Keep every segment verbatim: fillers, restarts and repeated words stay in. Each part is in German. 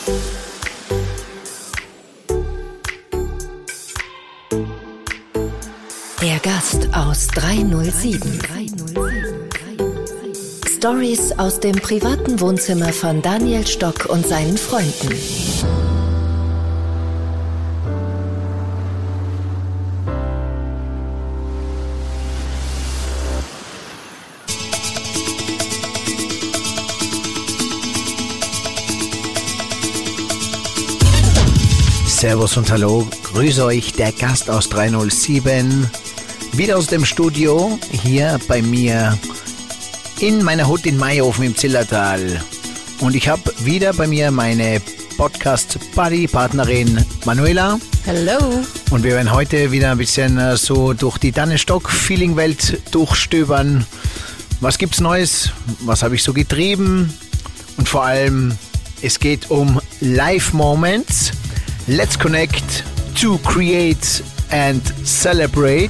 Der Gast aus dreihundertsieben. Stories aus dem privaten Wohnzimmer von Daniel Stock und seinen Freunden. Servus und Hallo, grüße euch, der Gast aus dreihundertsieben, wieder aus dem Studio, hier bei mir in meiner Hut in Mayofen im Zillertal. Und ich habe wieder bei mir meine Podcast-Buddy-Partnerin Manuela. Hallo. Und wir werden heute wieder ein bisschen so durch die Daniel Stock-Feeling-Welt durchstöbern. Was gibt's Neues? Was habe ich so getrieben? Und vor allem, es geht um Live-Moments. Let's connect to create and celebrate.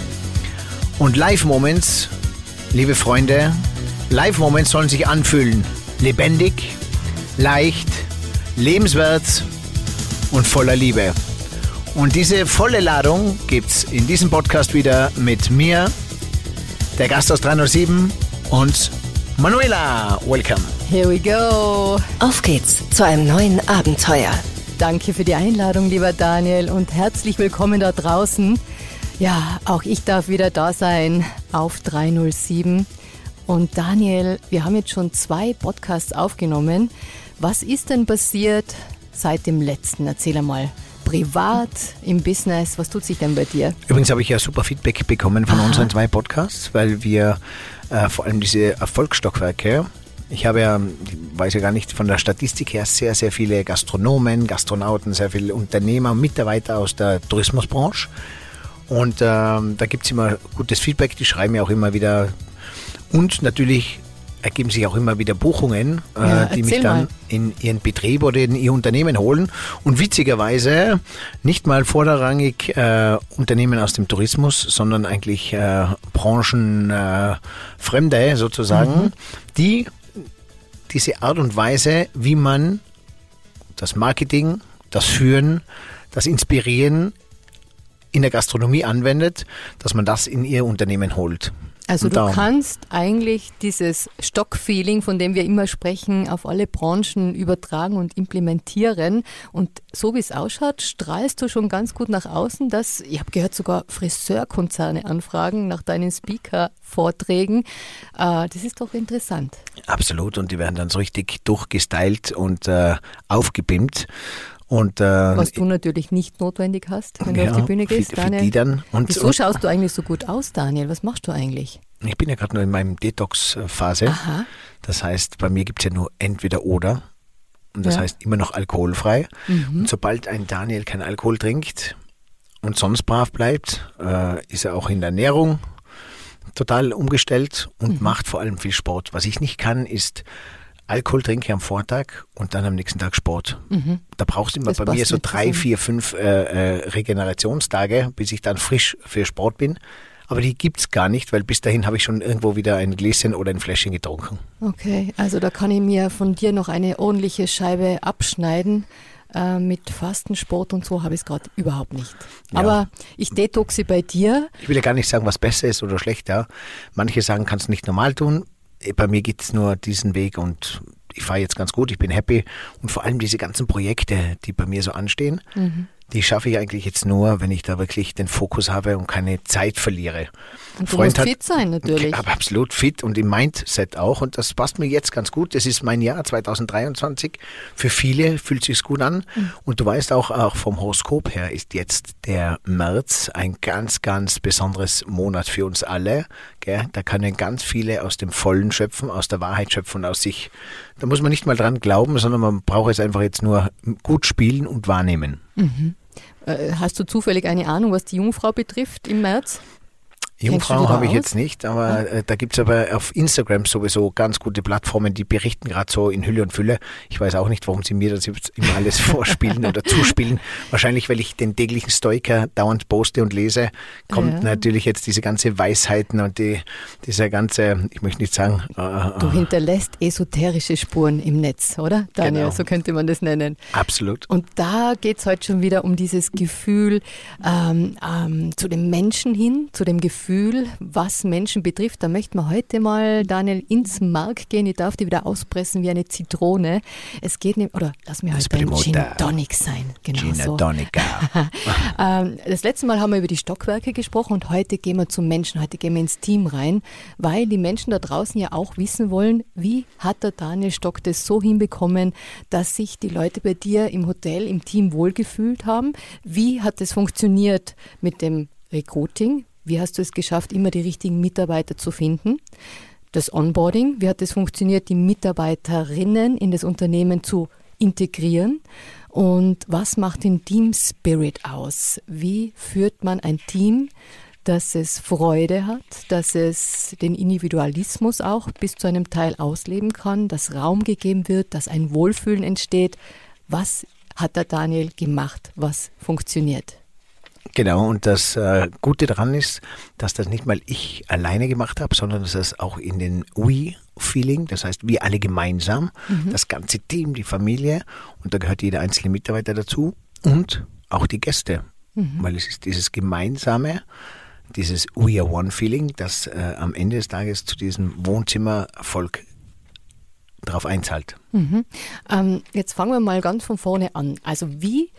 Und Live-Moments, liebe Freunde, Live-Moments sollen sich anfühlen. Lebendig, leicht, lebenswert und voller Liebe. Und diese volle Ladung gibt's in diesem Podcast wieder mit mir, der Gast aus dreihundertsieben und Manuela. Welcome. Here we go. Auf geht's zu einem neuen Abenteuer. Danke für die Einladung, lieber Daniel, und herzlich willkommen da draußen. Ja, auch ich darf wieder da sein auf dreihundertsieben. Und Daniel, wir haben jetzt schon zwei Podcasts aufgenommen. Was ist denn passiert seit dem letzten? Erzähl einmal. Privat, im Business, was tut sich denn bei dir? Übrigens habe ich ja super Feedback bekommen von Aha. unseren zwei Podcasts, weil wir äh, vor allem diese Erfolgsstockwerke, ich habe ja, ich weiß ja gar nicht, von der Statistik her sehr, sehr viele Gastronomen, Gastronauten, sehr viele Unternehmer, Mitarbeiter aus der Tourismusbranche. Und ähm, da gibt es immer gutes Feedback, die schreiben ja auch immer wieder. Und natürlich ergeben sich auch immer wieder Buchungen, äh, ja, die mich dann mal. in ihren Betrieb oder in ihr Unternehmen holen. Und witzigerweise nicht mal vorderrangig äh, Unternehmen aus dem Tourismus, sondern eigentlich äh, Branchenfremde äh, sozusagen, mhm. die diese Art und Weise, wie man das Marketing, das Führen, das Inspirieren in der Gastronomie anwendet, dass man das in ihr Unternehmen holt. Also und du darum. kannst eigentlich dieses Stock-Feeling, von dem wir immer sprechen, auf alle Branchen übertragen und implementieren. Und so wie es ausschaut, strahlst du schon ganz gut nach außen, dass, ich habe gehört, sogar Friseurkonzerne anfragen nach deinen Speaker-Vorträgen. Äh, das ist doch interessant. Absolut, und die werden dann so richtig durchgestylt und äh, aufgepimpt. Und, äh, was du natürlich nicht notwendig hast, wenn ja, du auf die Bühne gehst, für, Daniel. Für die dann. Und, Wieso und, schaust du eigentlich so gut aus, Daniel? Was machst du eigentlich? Ich bin ja gerade noch in meinem Detox-Phase. Aha. Das heißt, bei mir gibt es ja nur entweder oder. Und das Ja. heißt immer noch alkoholfrei. Mhm. Und sobald ein Daniel kein Alkohol trinkt und sonst brav bleibt, äh, ist er auch in der Ernährung total umgestellt und Mhm. macht vor allem viel Sport. Was ich nicht kann, ist Alkohol trinke am Vortag und dann am nächsten Tag Sport. Mhm. Da brauchst du immer Das bei passt mir so nicht drei, zusammen. vier, fünf äh, äh, Regenerationstage, bis ich dann frisch für Sport bin. Aber die gibt's gar nicht, weil bis dahin habe ich schon irgendwo wieder ein Gläschen oder ein Fläschchen getrunken. Okay, also da kann ich mir von dir noch eine ordentliche Scheibe abschneiden. Äh, mit Fastensport und so habe ich es gerade überhaupt nicht. Ja. Aber ich detoxe bei dir. Ich will ja gar nicht sagen, was besser ist oder schlechter. Manche sagen, kannst du nicht normal tun. Bei mir gibt es nur diesen Weg und ich fahre jetzt ganz gut, ich bin happy. Und vor allem diese ganzen Projekte, die bei mir so anstehen, Mhm. die schaffe ich eigentlich jetzt nur, wenn ich da wirklich den Fokus habe und keine Zeit verliere. Und du Freund musst hat- fit sein natürlich. Aber absolut fit und im Mindset auch. Und das passt mir jetzt ganz gut. Das ist mein Jahr zweitausenddreiundzwanzig. Für viele fühlt sich's gut an. Mhm. Und du weißt auch, auch vom Horoskop her ist jetzt der März ein ganz, ganz besonderes Monat für uns alle. Gell? Da können ganz viele aus dem Vollen schöpfen, aus der Wahrheit schöpfen, aus sich. Da muss man nicht mal dran glauben, sondern man braucht es einfach jetzt nur gut spielen und wahrnehmen. Mhm. Äh, hast du zufällig eine Ahnung, was die Jungfrau betrifft im März? Jungfrau habe ich aus? jetzt nicht, aber äh, da gibt es aber auf Instagram sowieso ganz gute Plattformen, die berichten gerade so in Hülle und Fülle. Ich weiß auch nicht, warum sie mir das jetzt immer alles vorspielen oder zuspielen. Wahrscheinlich, weil ich den täglichen Stoiker dauernd poste und lese, kommt Ja. natürlich jetzt diese ganze Weisheiten und die, dieser ganze, ich möchte nicht sagen... Äh, Du hinterlässt esoterische Spuren im Netz, oder, Daniel? Genau. So könnte man das nennen. Absolut. Und da geht es heute schon wieder um dieses Gefühl ähm, ähm, zu dem Menschen hin, zu dem Gefühl, was Menschen betrifft. Da möchten wir heute mal, Daniel, ins Mark gehen. Ich darf die wieder auspressen wie eine Zitrone. Es geht nicht, oder lass mir heute ein Gin Tonic sein. Genau Gin so. Tonica. ähm, das letzte Mal haben wir über die Stockwerke gesprochen und heute gehen wir zum Menschen, heute gehen wir ins Team rein, weil die Menschen da draußen ja auch wissen wollen, wie hat der Daniel Stock das so hinbekommen, dass sich die Leute bei dir im Hotel, im Team wohlgefühlt haben? Wie hat es funktioniert mit dem Recruiting? Wie hast du es geschafft, immer die richtigen Mitarbeiter zu finden? Das Onboarding, wie hat es funktioniert, die Mitarbeiterinnen in das Unternehmen zu integrieren? Und was macht den Team Spirit aus? Wie führt man ein Team, dass es Freude hat, dass es den Individualismus auch bis zu einem Teil ausleben kann, dass Raum gegeben wird, dass ein Wohlfühlen entsteht? Was hat der Daniel gemacht? Was funktioniert? Genau, und das äh, Gute daran ist, dass das nicht mal ich alleine gemacht habe, sondern dass das auch in den We-Feeling, das heißt wir alle gemeinsam, mhm. das ganze Team, die Familie, und da gehört jeder einzelne Mitarbeiter dazu und auch die Gäste, mhm. weil es ist dieses gemeinsame, dieses We are One-Feeling, das äh, am Ende des Tages zu diesem Wohnzimmererfolg darauf einzahlt. Mhm. Ähm, jetzt fangen wir mal ganz von vorne an. Also wie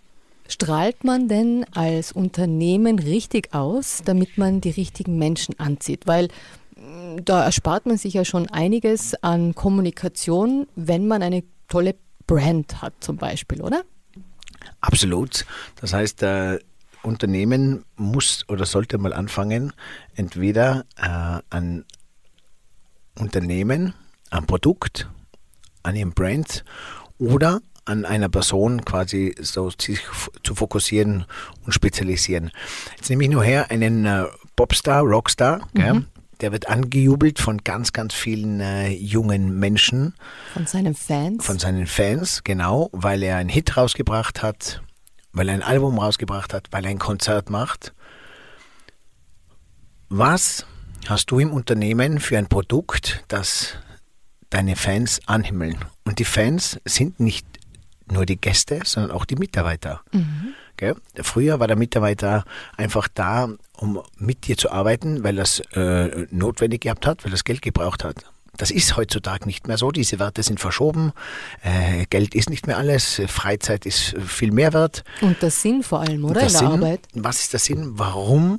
strahlt man denn als Unternehmen richtig aus, damit man die richtigen Menschen anzieht? Weil mh, da erspart man sich ja schon einiges an Kommunikation, wenn man eine tolle Brand hat zum Beispiel, oder? Absolut. Das heißt, äh, Unternehmen muss oder sollte mal anfangen, entweder äh, an Unternehmen, am Produkt, an ihrem Brand oder an einer Person quasi so sich zu fokussieren und spezialisieren. Jetzt nehme ich nur her einen äh, Popstar, Rockstar, mhm. gell? Der wird angejubelt von ganz, ganz vielen äh, jungen Menschen. Von seinen Fans? Von seinen Fans, genau, weil er einen Hit rausgebracht hat, weil er ein Album rausgebracht hat, weil er ein Konzert macht. Was hast du im Unternehmen für ein Produkt, das deine Fans anhimmeln? Und die Fans sind nicht nur die Gäste, sondern auch die Mitarbeiter. Mhm. Gell? Früher war der Mitarbeiter einfach da, um mit dir zu arbeiten, weil er es äh, notwendig gehabt hat, weil er das Geld gebraucht hat. Das ist heutzutage nicht mehr so. Diese Werte sind verschoben. Äh, Geld ist nicht mehr alles. Freizeit ist viel mehr wert. Und der Sinn vor allem, oder? Der in der Sinn, Arbeit. Was ist der Sinn? Warum?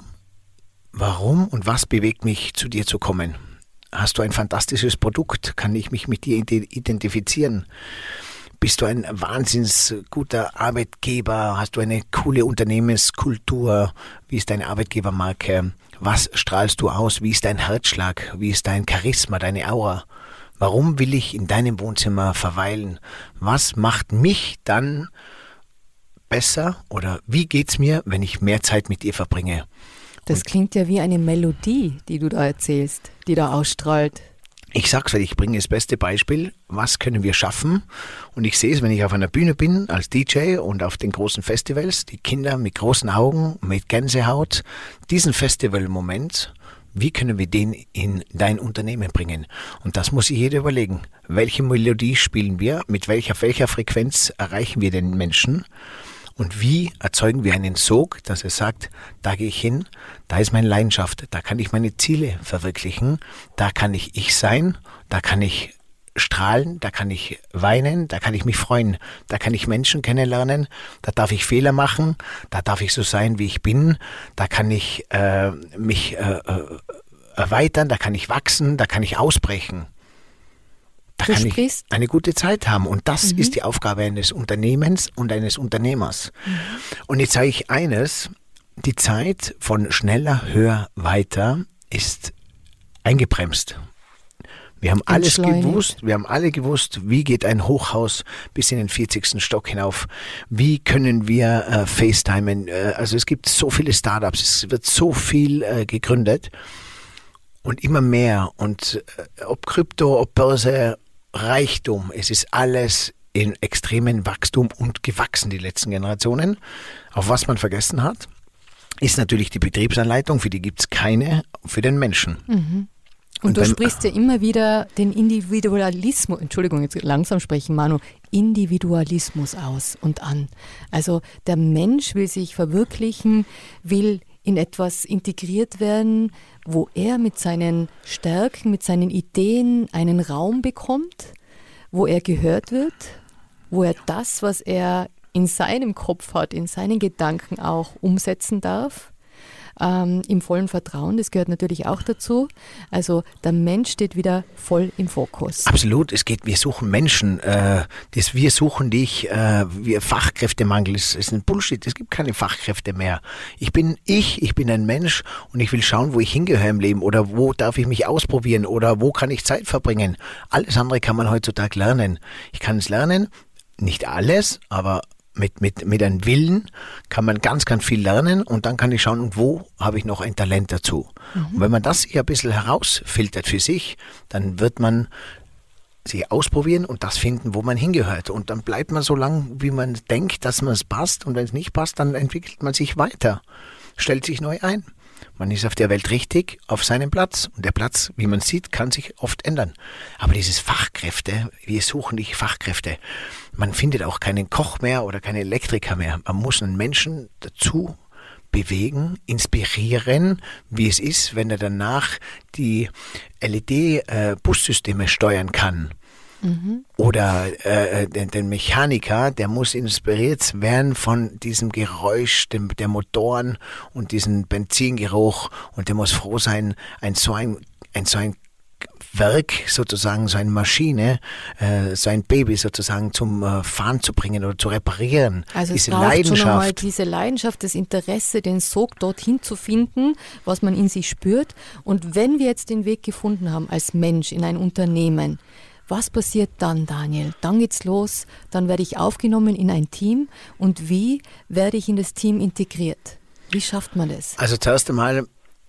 Warum und was bewegt mich, zu dir zu kommen? Hast du ein fantastisches Produkt? Kann ich mich mit dir identifizieren? Bist du ein wahnsinns guter Arbeitgeber? Hast du eine coole Unternehmenskultur? Wie ist deine Arbeitgebermarke? Was strahlst du aus? Wie ist dein Herzschlag? Wie ist dein Charisma, deine Aura? Warum will ich in deinem Wohnzimmer verweilen? Was macht mich dann besser? Oder wie geht's mir, wenn ich mehr Zeit mit dir verbringe? Das klingt ja wie eine Melodie, die du da erzählst, die da ausstrahlt. Ich sag's, weil ich bringe das beste Beispiel. Was können wir schaffen? Und ich sehe es, wenn ich auf einer Bühne bin, als D J und auf den großen Festivals, die Kinder mit großen Augen, mit Gänsehaut, diesen Festivalmoment, wie können wir den in dein Unternehmen bringen? Und das muss sich jeder überlegen. Welche Melodie spielen wir? Mit welcher, welcher Frequenz erreichen wir den Menschen? Und wie erzeugen wir einen Sog, dass er sagt, da gehe ich hin, da ist meine Leidenschaft, da kann ich meine Ziele verwirklichen, da kann ich ich sein, da kann ich strahlen, da kann ich weinen, da kann ich mich freuen, da kann ich Menschen kennenlernen, da darf ich Fehler machen, da darf ich so sein, wie ich bin, da kann ich äh, mich äh, erweitern, da kann ich wachsen, da kann ich ausbrechen. Da Du kann ich sprichst. eine gute Zeit haben. Und das Mhm. ist die Aufgabe eines Unternehmens und eines Unternehmers. Mhm. Und jetzt sage ich eines, die Zeit von schneller, höher, weiter ist eingebremst. Wir haben alles gewusst, wir haben alle gewusst, wie geht ein Hochhaus bis in den vierzigsten Stock hinauf, wie können wir äh, FaceTimen, äh, also es gibt so viele Startups, es wird so viel äh, gegründet und immer mehr und äh, ob Krypto, ob Börse, Reichtum, es ist alles in extremen Wachstum und gewachsen die letzten Generationen. Auf was man vergessen hat, ist natürlich die Betriebsanleitung, für die gibt es keine, für den Menschen. Mhm. Und, und du sprichst ja immer wieder den Individualismus, Entschuldigung, jetzt langsam sprechen, Manu, Individualismus aus und an. Also der Mensch will sich verwirklichen, will in etwas integriert werden, wo er mit seinen Stärken, mit seinen Ideen einen Raum bekommt, wo er gehört wird, wo er das, was er in seinem Kopf hat, in seinen Gedanken auch umsetzen darf. Ähm, im vollen Vertrauen, das gehört natürlich auch dazu. Also der Mensch steht wieder voll im Fokus. Absolut, es geht, wir suchen Menschen, äh, das wir suchen dich, äh, wir Fachkräftemangel, ist, ist ein Bullshit, es gibt keine Fachkräfte mehr. Ich bin ich, ich bin ein Mensch und ich will schauen, wo ich hingehöre im Leben oder wo darf ich mich ausprobieren oder wo kann ich Zeit verbringen. Alles andere kann man heutzutage lernen. Ich kann es lernen, nicht alles, aber Mit, mit, mit einem Willen kann man ganz, ganz viel lernen und dann kann ich schauen, wo habe ich noch ein Talent dazu. Mhm. Und wenn man das hier ein bisschen herausfiltert für sich, dann wird man sich ausprobieren und das finden, wo man hingehört. Und dann bleibt man so lang, wie man denkt, dass man es passt und wenn es nicht passt, dann entwickelt man sich weiter, stellt sich neu ein. Man ist auf der Welt richtig, auf seinem Platz. Und der Platz, wie man sieht, kann sich oft ändern. Aber dieses Fachkräfte, wir suchen die Fachkräfte. Man findet auch keinen Koch mehr oder keinen Elektriker mehr. Man muss einen Menschen dazu bewegen, inspirieren, wie es ist, wenn er danach die L E D-Bussysteme steuern kann. Mhm. Oder äh, den, den Mechaniker, der muss inspiriert werden von diesem Geräusch dem, der Motoren und diesem Benzingeruch und der muss froh sein, ein so ein, ein, so ein Werk sozusagen, so eine Maschine, äh, so ein Baby sozusagen zum äh, Fahren zu bringen oder zu reparieren. Also diese es braucht Leidenschaft. schon einmal diese Leidenschaft, das Interesse, den Sog dorthin zu finden, was man in sich spürt. Und wenn wir jetzt den Weg gefunden haben als Mensch in ein Unternehmen, was passiert dann, Daniel? Dann geht's los, dann werde ich aufgenommen in ein Team und wie werde ich in das Team integriert? Wie schafft man das? Also zuerst einmal,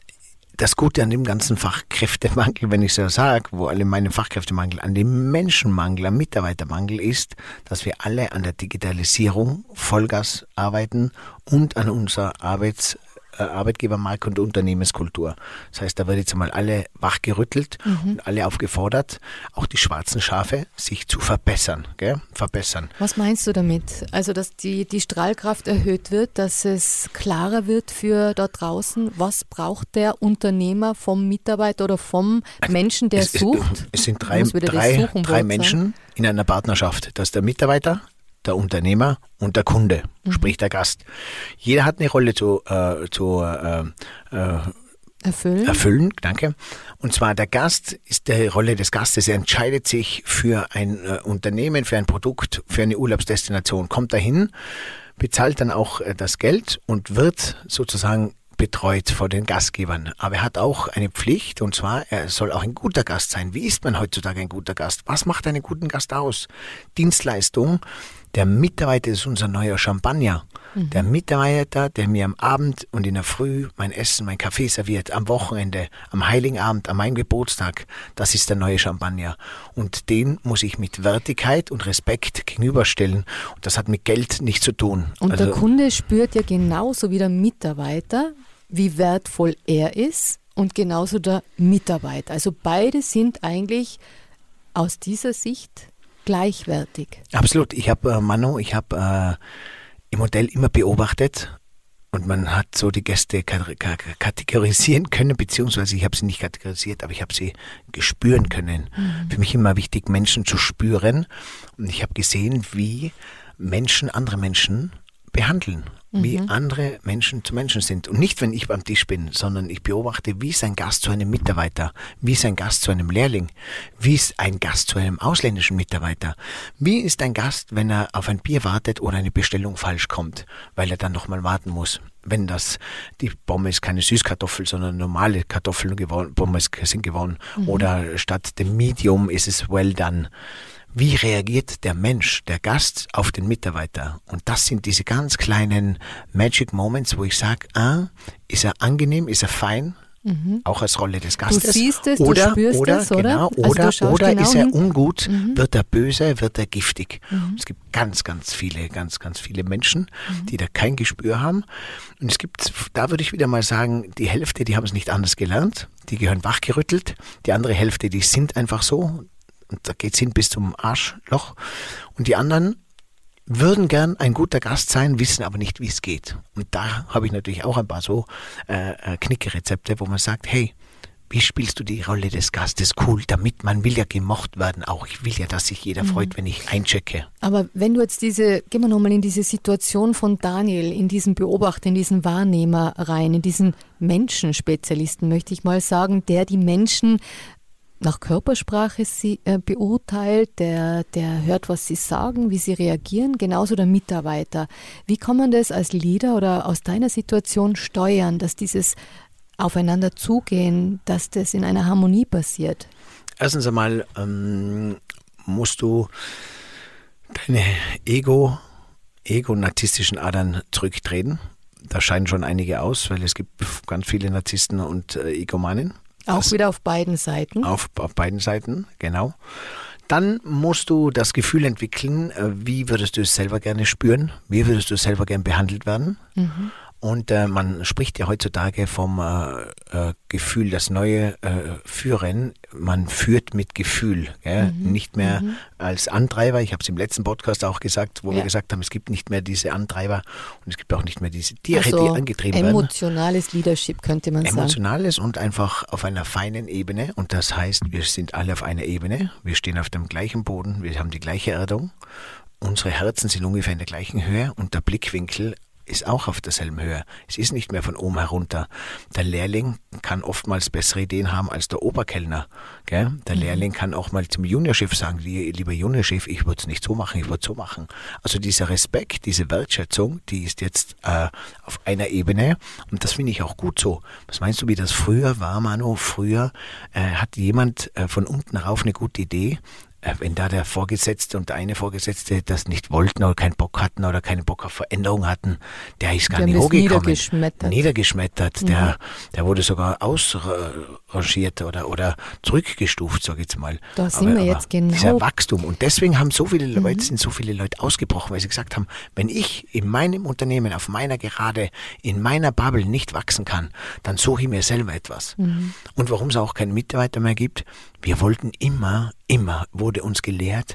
das Gute an dem ganzen Fachkräftemangel, wenn ich so sage, wo alle meinen Fachkräftemangel, an dem Menschenmangel, am Mitarbeitermangel ist, dass wir alle an der Digitalisierung Vollgas arbeiten und an unserer Arbeits Arbeitgebermarke und Unternehmenskultur. Das heißt, da wird jetzt einmal alle wachgerüttelt mhm. und alle aufgefordert, auch die schwarzen Schafe, sich zu verbessern. Gell? Verbessern. Was meinst du damit? Also, dass die, die Strahlkraft erhöht wird, dass es klarer wird für da draußen, was braucht der Unternehmer vom Mitarbeiter oder vom Menschen, der es, sucht? Es, es sind drei, drei, drei Menschen in einer Partnerschaft. Das ist der Mitarbeiter, der Unternehmer und der Kunde, mhm. sprich der Gast. Jeder hat eine Rolle zu, äh, zu äh, äh, erfüllen. erfüllen. Danke. Und zwar der Gast ist die Rolle des Gastes. Er entscheidet sich für ein äh, Unternehmen, für ein Produkt, für eine Urlaubsdestination, kommt dahin, bezahlt dann auch äh, das Geld und wird sozusagen betreut von den Gastgebern. Aber er hat auch eine Pflicht und zwar, er soll auch ein guter Gast sein. Wie ist man heutzutage ein guter Gast? Was macht einen guten Gast aus? Dienstleistung. Der Mitarbeiter ist unser neuer Champagner. Mhm. Der Mitarbeiter, der mir am Abend und in der Früh mein Essen, mein Kaffee serviert, am Wochenende, am Heiligen Abend, an meinem Geburtstag, das ist der neue Champagner. Und den muss ich mit Wertigkeit und Respekt gegenüberstellen. Und das hat mit Geld nichts zu tun. Und also, der Kunde spürt ja genauso wie der Mitarbeiter, wie wertvoll er ist und genauso der Mitarbeiter. Also beide sind eigentlich aus dieser Sicht gleichwertig. Absolut. Ich habe, äh, Manu, ich habe äh, im Hotel immer beobachtet und man hat so die Gäste kategorisieren können, beziehungsweise ich habe sie nicht kategorisiert, aber ich habe sie gespüren können. Mhm. Für mich immer wichtig, Menschen zu spüren und ich habe gesehen, wie Menschen andere Menschen behandeln, mhm. wie andere Menschen zu Menschen sind. Und nicht, wenn ich beim Tisch bin, sondern ich beobachte, wie ist ein Gast zu einem Mitarbeiter, wie ist ein Gast zu einem Lehrling, wie ist ein Gast zu einem ausländischen Mitarbeiter, wie ist ein Gast, wenn er auf ein Bier wartet oder eine Bestellung falsch kommt, weil er dann nochmal warten muss. wenn das, die Pommes keine Süßkartoffel, sondern normale Kartoffeln geworden, Pommes sind geworden. Mhm. Oder statt dem Medium ist es well done. Wie reagiert der Mensch, der Gast auf den Mitarbeiter? Und das sind diese ganz kleinen Magic Moments, wo ich sage, ah, ist er angenehm, ist er fein? Mhm. Auch als Rolle des Gastes. Du siehst es, oder, du spürst oder, es, oder? Genau, also oder oder genau ist er hin. ungut, mhm. wird er böse, wird er giftig. Mhm. Es gibt ganz, ganz viele, ganz, ganz viele Menschen, mhm. die da kein Gespür haben. Und es gibt, da würde ich wieder mal sagen, die Hälfte, die haben es nicht anders gelernt, die gehören wachgerüttelt. Die andere Hälfte, die sind einfach so, und da geht es hin bis zum Arschloch. Und die anderen würden gern ein guter Gast sein, wissen aber nicht, wie es geht. Und da habe ich natürlich auch ein paar so äh, Knickerezepte, wo man sagt, hey, wie spielst du die Rolle des Gastes cool, damit man will ja gemocht werden auch. Ich will ja, dass sich jeder freut, mhm. wenn ich einchecke. Aber wenn du jetzt diese, gehen wir nochmal in diese Situation von Daniel, in diesen Beobachter, in diesen Wahrnehmer rein, in diesen Menschenspezialisten, möchte ich mal sagen, der die Menschen nach Körpersprache sie, äh, beurteilt, der, der hört, was sie sagen, wie sie reagieren, genauso der Mitarbeiter. Wie kann man das als Leader oder aus deiner Situation steuern, dass dieses Aufeinander zugehen, dass das in einer Harmonie passiert? Erstens einmal ähm, musst du deine Ego, ego-narzisstischen Adern zurücktreten. Da scheiden schon einige aus, weil es gibt ganz viele Narzissten und äh, Egomanen. Auch das wieder auf beiden Seiten? Auf, auf beiden Seiten, genau. Dann musst du das Gefühl entwickeln, wie würdest du es selber gerne spüren, wie würdest du selber gerne behandelt werden. Mhm. Und äh, man spricht ja heutzutage vom äh, äh, Gefühl, das neue äh, Führen. Man führt mit Gefühl, gell? Mhm. Nicht mehr mhm. als Antreiber. Ich habe es im letzten Podcast auch gesagt, wo ja. wir gesagt haben, es gibt nicht mehr diese Antreiber und es gibt auch nicht mehr diese Tiere, also die angetrieben werden. Emotionales Leadership könnte man sagen. Emotionales und einfach auf einer feinen Ebene. Und das heißt, wir sind alle auf einer Ebene. Wir stehen auf dem gleichen Boden. Wir haben die gleiche Erdung. Unsere Herzen sind ungefähr in der gleichen Höhe und der Blickwinkel ist auch auf derselben Höhe. Es ist nicht mehr von oben herunter. Der Lehrling kann oftmals bessere Ideen haben als der Oberkellner. Gell? Der mhm. Lehrling kann auch mal zum Juniorchef sagen, lieber Juniorchef, ich würde es nicht so machen, ich würde es so machen. Also dieser Respekt, diese Wertschätzung, die ist jetzt äh, auf einer Ebene und das finde ich auch gut so. Was meinst du, wie das früher war, Manu? Früher äh, hat jemand äh, von unten rauf eine gute Idee. Wenn da der Vorgesetzte und der eine Vorgesetzte das nicht wollten oder keinen Bock hatten oder keinen Bock auf Veränderung hatten, der ist gar Die nicht hochgekommen. Niedergeschmettert. Niedergeschmettert. Mhm. Der, der wurde sogar ausrangiert oder, oder zurückgestuft, sag ich jetzt mal. Da sind aber, wir jetzt genau. Dieser Wachstum. Und deswegen haben so viele Leute, mhm. sind so viele Leute ausgebrochen, weil sie gesagt haben, wenn ich in meinem Unternehmen, auf meiner Gerade, in meiner Bubble nicht wachsen kann, dann suche ich mir selber etwas. Mhm. Und warum es auch keine Mitarbeiter mehr gibt, wir wollten immer, immer, wurde uns gelehrt,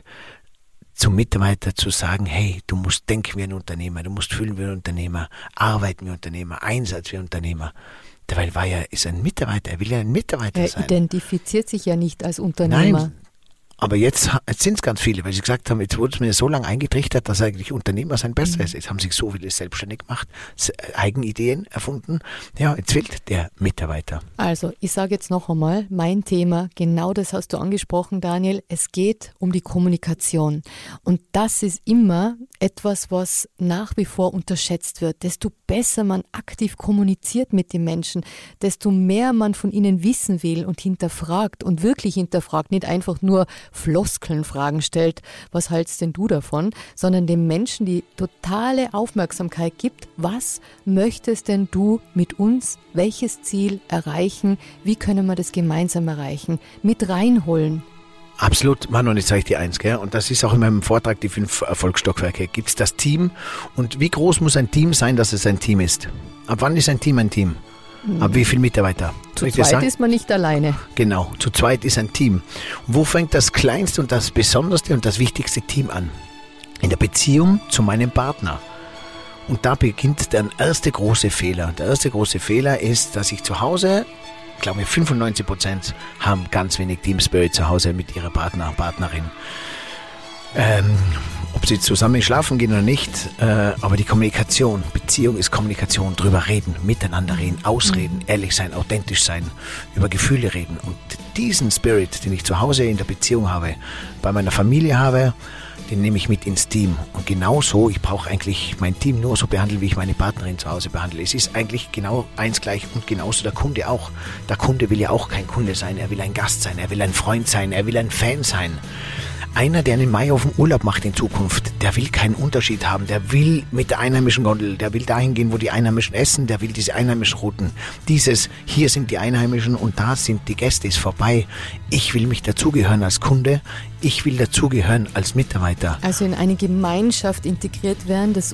zum Mitarbeiter zu sagen, hey, du musst denken wie ein Unternehmer, du musst fühlen wie ein Unternehmer, arbeiten wie ein Unternehmer, Einsatz wie ein Unternehmer. Dabei war ja, ist ein Mitarbeiter, er will ja ein Mitarbeiter er sein. Er identifiziert sich ja nicht als Unternehmer. Nein. Aber jetzt, jetzt sind es ganz viele, weil sie gesagt haben, jetzt wurde es mir so lange eingetrichtert, dass eigentlich Unternehmer sein besser mhm. ist. Jetzt haben sich so viele selbstständig gemacht, Eigenideen erfunden. Ja, jetzt fehlt der Mitarbeiter. Also, ich sage jetzt noch einmal, mein Thema, genau das hast du angesprochen, Daniel, es geht um die Kommunikation. Und das ist immer etwas, was nach wie vor unterschätzt wird. Desto besser man aktiv kommuniziert mit den Menschen, desto mehr man von ihnen wissen will und hinterfragt und wirklich hinterfragt, nicht einfach nur Floskeln Fragen stellt, was hältst denn du davon, sondern dem Menschen die totale Aufmerksamkeit gibt, was möchtest denn du mit uns, welches Ziel erreichen, wie können wir das gemeinsam erreichen, mit reinholen. Absolut, Mann, und jetzt sage ich dir eins, gell? Und das ist auch in meinem Vortrag, die fünf Erfolgsstockwerke. Gibt es das Team und wie groß muss ein Team sein, dass es ein Team ist? Ab wann ist ein Team ein Team? Ab wie viele Mitarbeiter? Zu zweit ist man nicht alleine. Genau, zu zweit ist ein Team. Und wo fängt das kleinste und das besonderste und das wichtigste Team an? In der Beziehung zu meinem Partner. Und da beginnt der erste große Fehler. Der erste große Fehler ist, dass ich zu Hause, ich glaube fünfundneunzig Prozent haben ganz wenig Team Spirit zu Hause mit ihrer Partner, Partnerin. Ähm, ob sie zusammen schlafen gehen oder nicht, äh, aber die Kommunikation, Beziehung ist Kommunikation, drüber reden, miteinander reden, ausreden, ehrlich sein, authentisch sein, über Gefühle reden. Und diesen Spirit, den ich zu Hause in der Beziehung habe, bei meiner Familie habe, den nehme ich mit ins Team. Und genauso, ich brauche eigentlich mein Team nur so behandeln, wie ich meine Partnerin zu Hause behandle. Es ist eigentlich genau eins gleich und genauso der Kunde auch. Der Kunde will ja auch kein Kunde sein, er will ein Gast sein, er will ein Freund sein, er will ein Fan sein. Einer, der einen Mai auf den Urlaub macht in Zukunft, der will keinen Unterschied haben. Der will mit der einheimischen Gondel, der will dahin gehen, wo die Einheimischen essen, der will diese einheimischen Routen. Dieses, hier sind die Einheimischen und da sind die Gäste, ist vorbei. Ich will mich dazugehören als Kunde, ich will dazugehören als Mitarbeiter. Also in eine Gemeinschaft integriert werden, das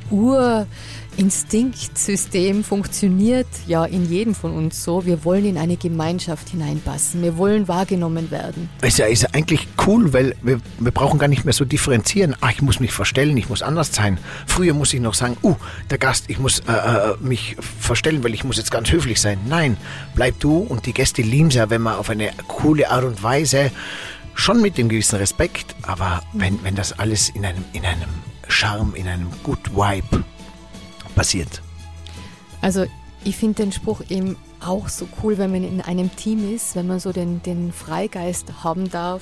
Urinstinkt-System funktioniert ja in jedem von uns so. Wir wollen in eine Gemeinschaft hineinpassen, wir wollen wahrgenommen werden. Es ist ja, ist ja eigentlich cool, weil wir, wir brauchen gar nicht mehr so differenzieren. Ach, ich muss mich verstellen, ich muss anders sein. Früher muss ich noch sagen, uh, der Gast, ich muss äh, äh, mich verstellen, weil ich muss jetzt ganz höflich sein. Nein, bleib du und die Gäste lieben es ja, wenn man auf eine coole Art und Weise, schon mit dem gewissen Respekt, aber wenn, wenn das alles in einem, in einem Charme, in einem Good Vibe passiert. Also ich finde den Spruch eben auch so cool, wenn man in einem Team ist, wenn man so den, den Freigeist haben darf.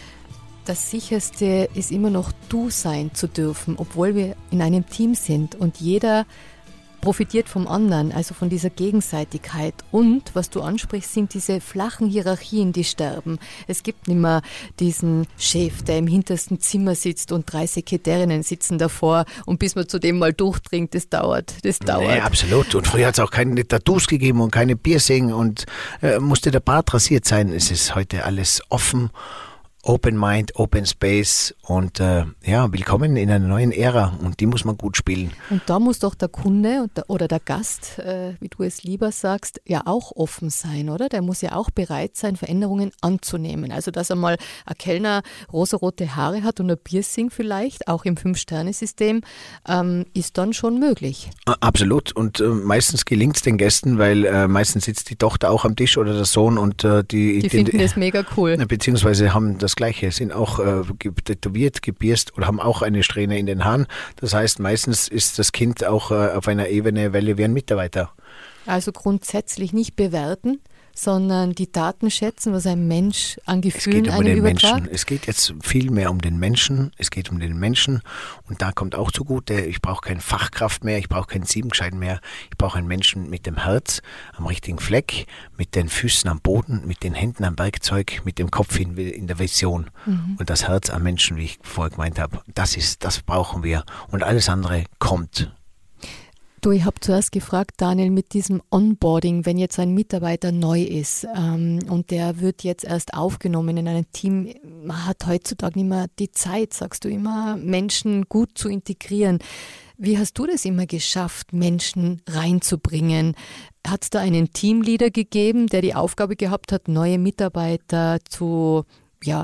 Das Sicherste ist immer noch du sein zu dürfen, obwohl wir in einem Team sind und jeder profitiert vom anderen, also von dieser Gegenseitigkeit. Und was du ansprichst, sind diese flachen Hierarchien, die sterben. Es gibt nicht mehr diesen Chef, der im hintersten Zimmer sitzt und drei Sekretärinnen sitzen davor und bis man zu dem mal durchdringt, das dauert, das dauert. Nee, absolut. Und früher hat es auch keine Tattoos gegeben und keine Piercing und äh, musste der Bart rasiert sein. Es ist heute alles offen. Open Mind, Open Space und äh, ja, willkommen in einer neuen Ära und die muss man gut spielen. Und da muss doch der Kunde und der, oder der Gast, äh, wie du es lieber sagst, ja auch offen sein, oder? Der muss ja auch bereit sein, Veränderungen anzunehmen. Also, dass einmal ein Kellner rosarote Haare hat und ein Piercing vielleicht, auch im Fünf-Sterne-System, ähm, ist dann schon möglich. Absolut und äh, meistens gelingt es den Gästen, weil äh, meistens sitzt die Tochter auch am Tisch oder der Sohn und äh, die... Die finden das mega cool. Beziehungsweise haben das Gleiche, sind auch äh, tätowiert, gepierst oder haben auch eine Strähne in den Haaren. Das heißt, meistens ist das Kind auch äh, auf einer Ebene Welle wie ein Mitarbeiter. Also grundsätzlich nicht bewerten, sondern die Daten schätzen, was ein Mensch an Gefühlen um einem übertragt. Menschen. Es geht jetzt viel mehr um den Menschen. Es geht um den Menschen und da kommt auch zugute, ich brauche keine Fachkraft mehr, ich brauche keinen Siebengeschein mehr. Ich brauche einen Menschen mit dem Herz am richtigen Fleck, mit den Füßen am Boden, mit den Händen am Werkzeug, mit dem Kopf in, in der Vision mhm. und das Herz am Menschen, wie ich vorher gemeint habe. Das ist, das brauchen wir und alles andere kommt. Du, ich habe zuerst gefragt, Daniel, mit diesem Onboarding, wenn jetzt ein Mitarbeiter neu ist ähm, und der wird jetzt erst aufgenommen in ein Team, man hat heutzutage nicht mehr die Zeit, sagst du immer, Menschen gut zu integrieren. Wie hast du das immer geschafft, Menschen reinzubringen? Hat es da einen Teamleader gegeben, der die Aufgabe gehabt hat, neue Mitarbeiter zu, ja,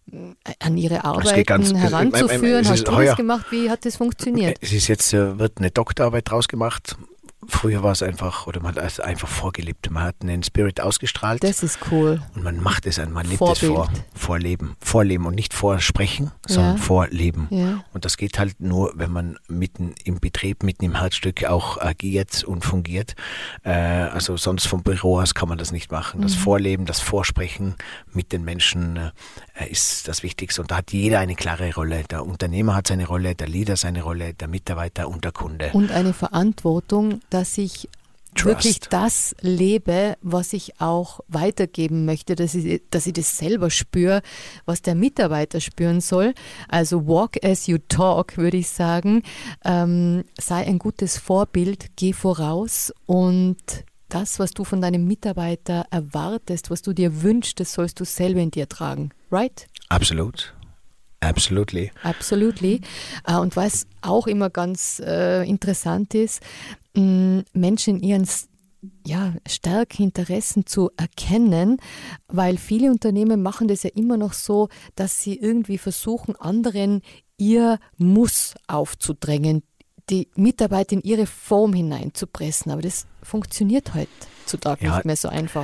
an ihre Arbeiten ganz, heranzuführen? Es, es, es Hast du heuer, das gemacht? Wie hat das funktioniert? Es ist jetzt, wird eine Doktorarbeit draus gemacht. Früher war es einfach, oder man hat es einfach vorgelebt. Man hat einen Spirit ausgestrahlt. Das ist cool. Und man macht es, man lebt Vorbild. es vor. Vorleben. Vorleben und nicht vorsprechen, sondern ja. vorleben. Ja. Und das geht halt nur, wenn man mitten im Betrieb, mitten im Herzstück auch agiert und fungiert. Äh, also sonst vom Büro aus kann man das nicht machen. Das mhm. Vorleben, das Vorsprechen mit den Menschen äh, ist das Wichtigste. Und da hat jeder eine klare Rolle. Der Unternehmer hat seine Rolle, der Leader seine Rolle, der Mitarbeiter und der Kunde. Und eine Verantwortung, dass ich Trust. Wirklich das lebe, was ich auch weitergeben möchte, dass ich, dass ich das selber spüre, was der Mitarbeiter spüren soll. Also walk as you talk, würde ich sagen. Ähm, sei ein gutes Vorbild, geh voraus und das, was du von deinem Mitarbeiter erwartest, was du dir wünschst, das sollst du selber in dir tragen. Right? Absolut. Absolutely. Absolutely. Und was auch immer ganz äh, interessant ist, mh, Menschen in ihren ja, Stärken, Interessen zu erkennen, weil viele Unternehmen machen das ja immer noch so, dass sie irgendwie versuchen, anderen ihr Muss aufzudrängen, die Mitarbeiter in ihre Form hineinzupressen. Aber das funktioniert heutzutage ja. nicht mehr so einfach.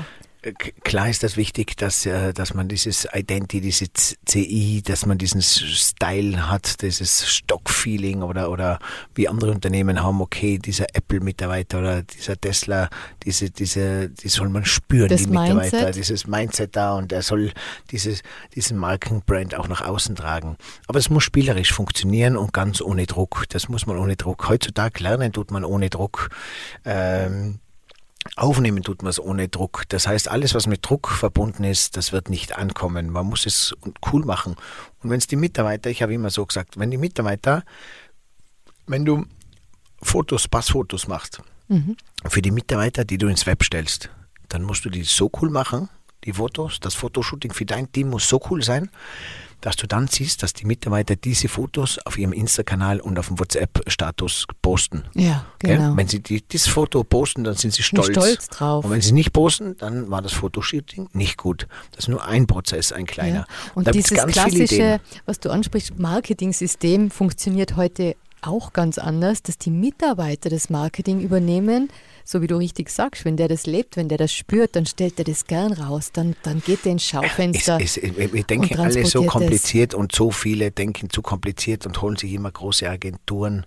klar ist das wichtig, dass, dass man dieses Identity, diese C I, dass man diesen Style hat, dieses Stock-Feeling oder, oder wie andere Unternehmen haben, okay, dieser Apple-Mitarbeiter oder dieser Tesla, diese, diese, die soll man spüren, das die Mitarbeiter, Mindset. dieses Mindset da und er soll dieses, diesen Markenbrand auch nach außen tragen. Aber es muss spielerisch funktionieren und ganz ohne Druck. Das muss man ohne Druck. Heutzutage lernen tut man ohne Druck. Ähm, Aufnehmen tut man es ohne Druck. Das heißt, alles, was mit Druck verbunden ist, das wird nicht ankommen. Man muss es cool machen. Und wenn es die Mitarbeiter, ich habe immer so gesagt, wenn die Mitarbeiter, wenn du Fotos, Passfotos machst, mhm. für die Mitarbeiter, die du ins Web stellst, dann musst du die so cool machen, die Fotos, das Fotoshooting für dein Team muss so cool sein, dass du dann siehst, dass die Mitarbeiter diese Fotos auf ihrem Insta-Kanal und auf dem WhatsApp-Status posten. Ja, genau. Okay? Wenn sie die, dieses Foto posten, dann sind sie stolz. stolz drauf. Und wenn sie nicht posten, dann war das Fotoshooting nicht gut. Das ist nur ein Prozess, ein kleiner. Ja. Und da dieses ganz viele klassische, Ideen. was du ansprichst, Marketing-System funktioniert heute auch ganz anders, dass die Mitarbeiter das Marketing übernehmen. So wie du richtig sagst, wenn der das lebt, wenn der das spürt, dann stellt er das gern raus, dann, dann geht der ins Schaufenster. Es, es, wir denken alle so kompliziert und so viele denken zu kompliziert und holen sich immer große Agenturen.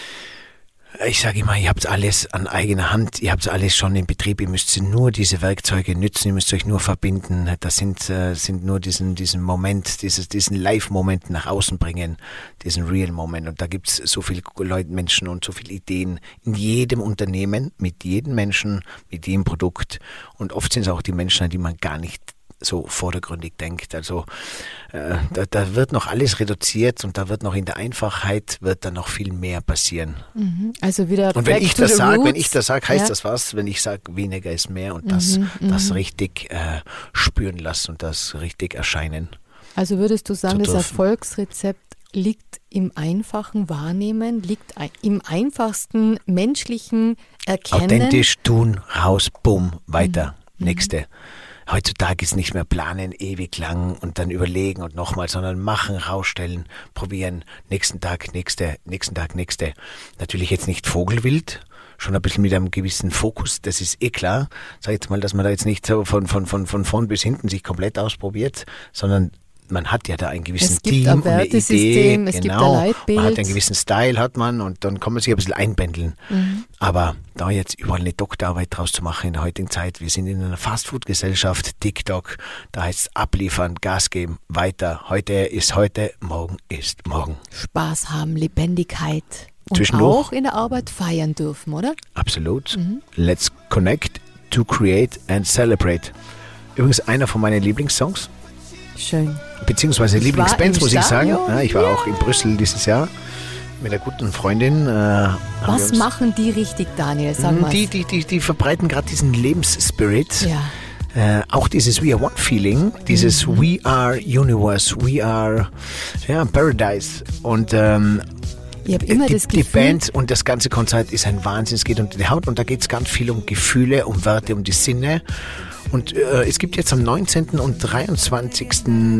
Ich sage immer, ihr habt alles an eigener Hand, ihr habt alles schon im Betrieb, ihr müsst nur diese Werkzeuge nützen, ihr müsst euch nur verbinden. Das sind, äh, sind nur diesen, diesen Moment, dieses, diesen Live-Moment nach außen bringen, diesen Real-Moment. Und da gibt es so viele Leute, Menschen und so viele Ideen in jedem Unternehmen, mit jedem Menschen, mit jedem Produkt. Und oft sind es auch die Menschen, an die man gar nicht so vordergründig denkt. Also äh, da, da wird noch alles reduziert und da wird noch in der Einfachheit wird dann noch viel mehr passieren. Mhm. Also wieder und wenn back ich to das the sage, roots. wenn ich das sage, heißt ja. das was? Wenn ich sage, weniger ist mehr und das, mhm, das mhm. richtig äh, spüren lassen und das richtig erscheinen. Also würdest du sagen, zu das dürfen. Erfolgsrezept liegt im einfachen Wahrnehmen, liegt ein, im einfachsten menschlichen Erkennen? Authentisch tun, raus, bumm, weiter, mhm. nächste. Heutzutage ist nicht mehr planen, ewig lang und dann überlegen und nochmal, sondern machen, rausstellen, probieren, nächsten Tag, nächste, nächsten Tag, nächste. Natürlich jetzt nicht vogelwild, schon ein bisschen mit einem gewissen Fokus, das ist eh klar. Sag jetzt mal, dass man da jetzt nicht so von, von, von, von vorn bis hinten sich komplett ausprobiert, sondern man hat ja da einen gewissen es gibt Team ein und eine Wertesystem, Idee. es Genau. gibt ein Leitbild. Man hat einen gewissen Style, hat man und dann kann man sich ein bisschen einpendeln. Mhm. Aber da jetzt überall eine Doktorarbeit draus zu machen in der heutigen Zeit, wir sind in einer Fastfood-Gesellschaft, TikTok, da heißt es abliefern, Gas geben, weiter. Heute ist heute, morgen ist morgen. Spaß haben, Lebendigkeit. Und Zwischendurch auch in der Arbeit feiern dürfen, oder? Absolut. Mhm. Let's connect to create and celebrate. Übrigens einer von meinen Lieblingssongs. Schön. Beziehungsweise Ich Lieblingsbands, war im muss ich sagen. Stadion. Ja, ich war Ja. auch in Brüssel dieses Jahr mit einer guten Freundin. Äh, haben wir Was uns- machen die richtig, Daniel? Sag mal. Die, die, die, die verbreiten gerade diesen Lebensspirit. Ja. Äh, auch dieses We Are One Feeling, dieses mhm. We Are Universe, We Are ja, Paradise. Und ähm, Ich habe immer die, das die Gefühl, Band und das ganze Konzert ist ein Wahnsinn. Es geht unter die Haut und da geht es ganz viel um Gefühle, um Werte, um die Sinne. Und äh, es gibt jetzt am neunzehnten und dreiundzwanzigsten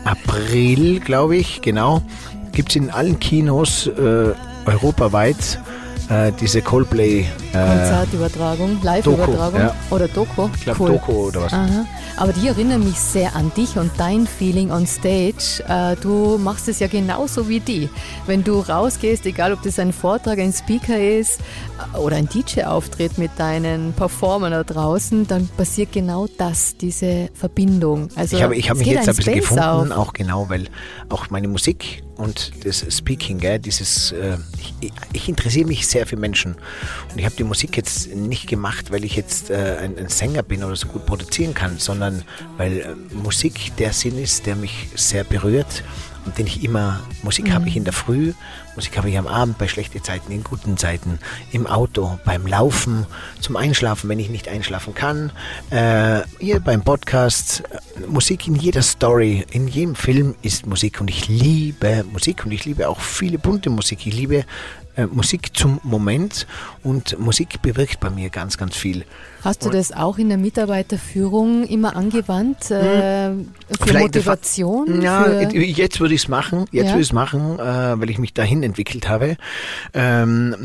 April, glaube ich, genau, gibt es in allen Kinos äh, europaweit äh, diese Coldplay äh, Konzertübertragung, Live-Übertragung ja. oder Doku. ich glaube Cool. Doku oder was. Aha. Aber die erinnern mich sehr an dich und dein Feeling on stage. Äh, du machst es ja genauso wie die. Wenn du rausgehst, egal ob das ein Vortrag, ein Speaker ist äh, oder ein D J-Auftritt mit deinen Performern da draußen, dann passiert genau das, diese Verbindung. Also Ich habe, ich habe es mich geht jetzt ein bisschen Space gefunden, auf. auch genau, weil auch meine Musik und das Speaking, gell, dieses, äh, ich, ich interessiere mich sehr für Menschen und ich habe die Musik jetzt nicht gemacht, weil ich jetzt äh, ein, ein Sänger bin oder so gut produzieren kann, sondern weil äh, Musik der Sinn ist, der mich sehr berührt und den ich immer, Musik mhm. habe ich in der Früh, Musik habe ich am Abend, bei schlechten Zeiten, in guten Zeiten, im Auto, beim Laufen, zum Einschlafen, wenn ich nicht einschlafen kann, äh, hier beim Podcast, äh, Musik in jeder Story, in jedem Film ist Musik und ich liebe Musik und ich liebe auch viele bunte Musik, ich liebe äh, Musik zum Moment und Musik bewirkt bei mir ganz, ganz viel. Hast du und das auch in der Mitarbeiterführung immer angewandt äh, für Vielleicht Motivation? Ja, für jetzt würde ich es machen, jetzt Ja. würde ich es machen, äh, weil ich mich dahin entwickelt habe. Ähm,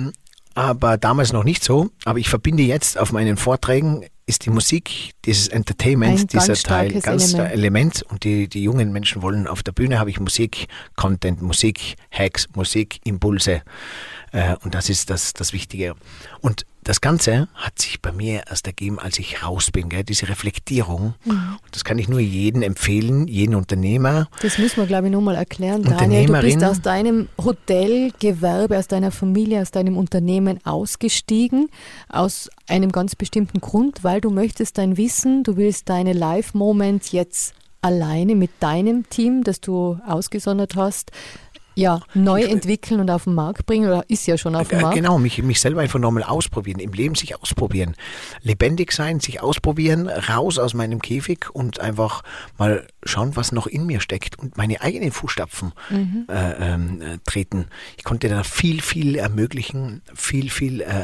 aber damals noch nicht so. Aber ich verbinde jetzt auf meinen Vorträgen, ist die Musik, dieses Entertainment, Ein dieser ganz Teil, starkes ganz Element. Element. Und die, die jungen Menschen wollen, auf der Bühne habe ich Musik, Content, Musik, Hacks, Musik, Impulse. Äh, und das ist das, das Wichtige. Und das Ganze hat sich bei mir erst ergeben, als ich raus bin, gell? Diese Reflektierung. Mhm. Und das kann ich nur jedem empfehlen, jeden Unternehmer. Das müssen wir, glaube ich, nochmal erklären. Daniel, du bist aus deinem Hotelgewerbe, aus deiner Familie, aus deinem Unternehmen ausgestiegen, aus einem ganz bestimmten Grund, weil du möchtest dein Wissen, du willst deine Live-Moments jetzt alleine mit deinem Team, das du ausgesondert hast, ja, neu entwickeln und auf den Markt bringen, oder ist ja schon auf dem Markt? Genau, mich, mich selber einfach nochmal ausprobieren, im Leben sich ausprobieren. Lebendig sein, sich ausprobieren, raus aus meinem Käfig und einfach mal schauen, was noch in mir steckt und meine eigenen Fußstapfen mhm. äh, äh, treten. Ich konnte da viel, viel ermöglichen, viel, viel äh,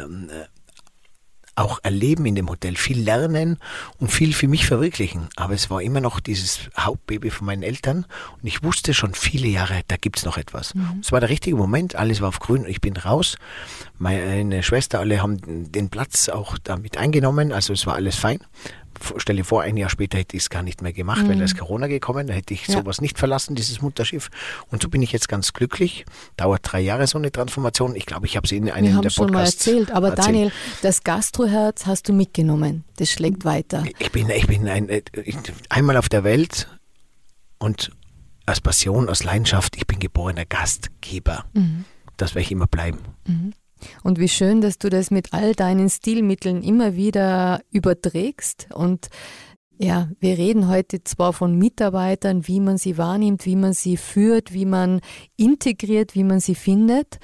auch erleben in dem Hotel, viel lernen und viel für mich verwirklichen. Aber es war immer noch dieses Hauptbaby von meinen Eltern und ich wusste schon viele Jahre, da gibt es noch etwas. Mhm. Es war der richtige Moment, alles war auf grün und ich bin raus. Meine Schwester, alle haben den Platz auch damit eingenommen, also es war alles fein. Stell dir vor, ein Jahr später hätte ich es gar nicht mehr gemacht, mhm. weil da ist Corona gekommen, da hätte ich ja. sowas nicht verlassen, dieses Mutterschiff. Und so bin ich jetzt ganz glücklich. Dauert drei Jahre so eine Transformation. Ich glaube, ich habe sie in einem Wir der Podcasts schon mal erzählt. Aber erzählt. Daniel, das Gastroherz hast du mitgenommen. Das schlägt weiter. Ich bin, ich bin ein, einmal auf der Welt und aus Passion, aus Leidenschaft, ich bin geborener Gastgeber. Mhm. Das werde ich immer bleiben. Mhm. Und wie schön, dass du das mit all deinen Stilmitteln immer wieder überträgst. Und ja, wir reden heute zwar von Mitarbeitern, wie man sie wahrnimmt, wie man sie führt, wie man integriert, wie man sie findet.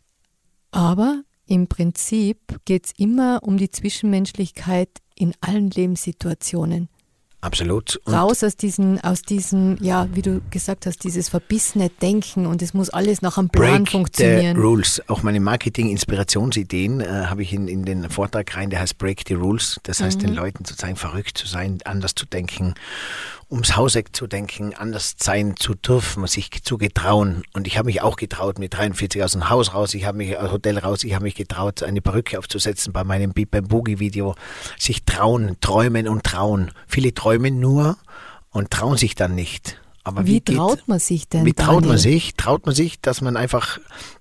Aber im Prinzip geht es immer um die Zwischenmenschlichkeit in allen Lebenssituationen. Absolut. Und raus aus diesen, aus diesem, ja, wie du gesagt hast, dieses verbissene Denken und es muss alles nach einem Plan Break funktionieren. The Rules. Auch meine Marketing-Inspirationsideen äh, habe ich in, in den Vortrag rein, der heißt Break the Rules. Das heißt, mhm. den Leuten zu zeigen, verrückt zu sein, anders zu denken, ums Hauseck zu denken, anders sein zu dürfen, sich zu getrauen. Und ich habe mich auch getraut, mit dreiundvierzig aus dem Haus raus, ich habe mich aus dem Hotel raus, ich habe mich getraut, eine Perücke aufzusetzen bei meinem Beat beim Boogie-Video. Sich trauen, träumen und trauen. Viele träumen nur und trauen sich dann nicht. Aber wie, wie geht, traut man sich denn? Wie traut Daniel? man sich? Traut man sich, dass man einfach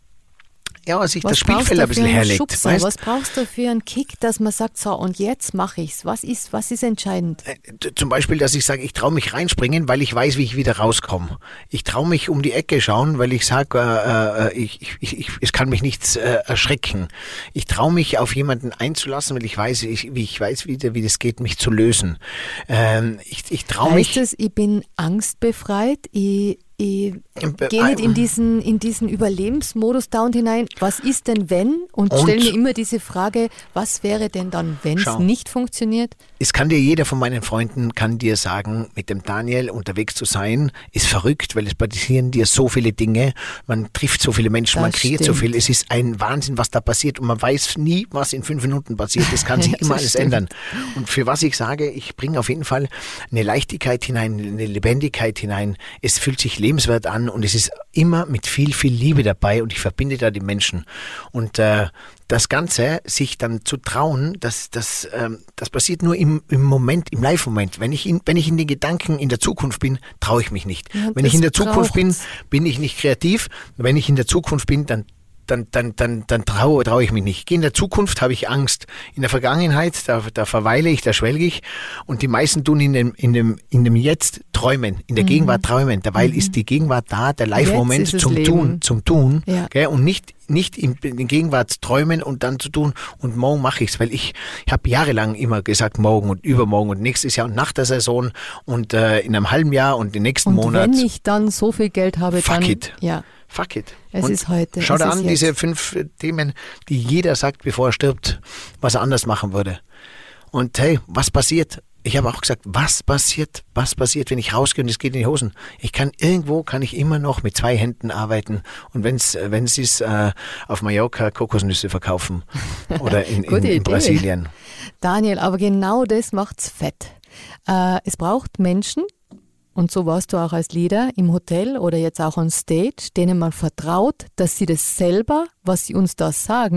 ja, sich was das Spielfeld ein bisschen herlegt. Weißt? Was brauchst du für einen Kick, dass man sagt, so und jetzt mache ich's? Was ist, was ist entscheidend? Äh, zum Beispiel, dass ich sage, ich traue mich reinspringen, weil ich weiß, wie ich wieder rauskomme. Ich traue mich um die Ecke schauen, weil ich sage, äh, äh, ich, ich, ich, es kann mich nichts äh, erschrecken. Ich traue mich auf jemanden einzulassen, weil ich weiß, ich, wie ich weiß wieder, wie das geht, mich zu lösen. Ähm, ich ich traue mich. Heißt es, ich bin angstbefreit, ich Ich gehe nicht in diesen, in diesen Überlebensmodus dauernd hinein. Was ist denn, wenn? Und, und stelle mir immer diese Frage, was wäre denn dann, wenn es nicht funktioniert? Es kann dir jeder von meinen Freunden kann dir sagen, mit dem Daniel unterwegs zu sein, ist verrückt, weil es passieren dir so viele Dinge. Man trifft so viele Menschen, das man kreiert stimmt. so viel. Es ist ein Wahnsinn, was da passiert und man weiß nie, was in fünf Minuten passiert. Das kann sich ja, immer alles stimmt. ändern. Und für was ich sage, ich bringe auf jeden Fall eine Leichtigkeit hinein, eine Lebendigkeit hinein. Es fühlt sich lebenswert an und es ist immer mit viel, viel Liebe dabei und ich verbinde da die Menschen. Und äh, das Ganze, sich dann zu trauen, das, das, ähm, das passiert nur im, im Moment, im Live-Moment. Wenn ich, in, wenn ich in den Gedanken in der Zukunft bin, traue ich mich nicht. Ja, wenn ich in der Zukunft bin, bin ich nicht kreativ. Wenn ich in der Zukunft bin, dann dann, dann, dann, dann traue, traue ich mich nicht. In der Zukunft habe ich Angst. In der Vergangenheit, da, da verweile ich, da schwelge ich. Und die meisten tun in dem, in dem, in dem Jetzt träumen, in der mhm. Gegenwart träumen. Dabei mhm. ist die Gegenwart da, der Live-Moment zum Leben. Tun, zum Tun. Ja. Gell? Und nicht, nicht in, in der Gegenwart träumen und dann zu tun und morgen mache ich es. Weil ich, ich habe jahrelang immer gesagt, morgen und übermorgen und nächstes Jahr und nach der Saison und äh, in einem halben Jahr und den nächsten und Monat. Wenn ich dann so viel Geld habe, fuck dann... It. Ja. Fuck it. Es und ist heute. Schau dir an, jetzt. diese fünf Themen, die jeder sagt, bevor er stirbt, was er anders machen würde. Und hey, was passiert? Ich habe auch gesagt, was passiert? Was passiert, wenn ich rausgehe und es geht in die Hosen? Ich kann irgendwo, kann ich immer noch mit zwei Händen arbeiten. Und wenn es wenn es ist, äh, auf Mallorca Kokosnüsse verkaufen oder in, in, in Brasilien. Daniel, aber genau das macht's fett. Äh, es braucht Menschen, und so warst du auch als Leader im Hotel oder jetzt auch on Stage, denen man vertraut, dass sie das selber, was sie uns da sagen,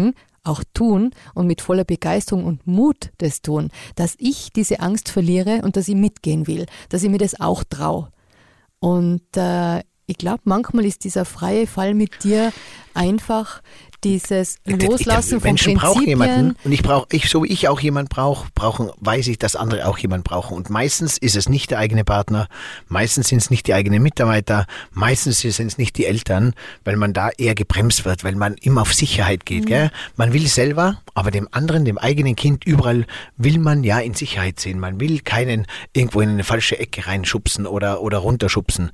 auch tun und mit voller Begeisterung und Mut das tun, dass ich diese Angst verliere und dass ich mitgehen will, dass ich mir das auch traue. Und äh, ich glaube, manchmal ist dieser freie Fall mit dir einfach dieses Loslassen von Menschen brauchen Prinzipien. Jemanden und ich brauche, ich, so wie ich auch jemanden brauche, brauchen, weiß ich, dass andere auch jemanden brauchen. Und meistens ist es nicht der eigene Partner, meistens sind es nicht die eigenen Mitarbeiter, meistens sind es nicht die Eltern, weil man da eher gebremst wird, weil man immer auf Sicherheit geht. Mhm. Gell? Man will selber, aber dem anderen, dem eigenen Kind, überall will man ja in Sicherheit sehen. Man will keinen irgendwo in eine falsche Ecke reinschubsen oder, oder runterschubsen.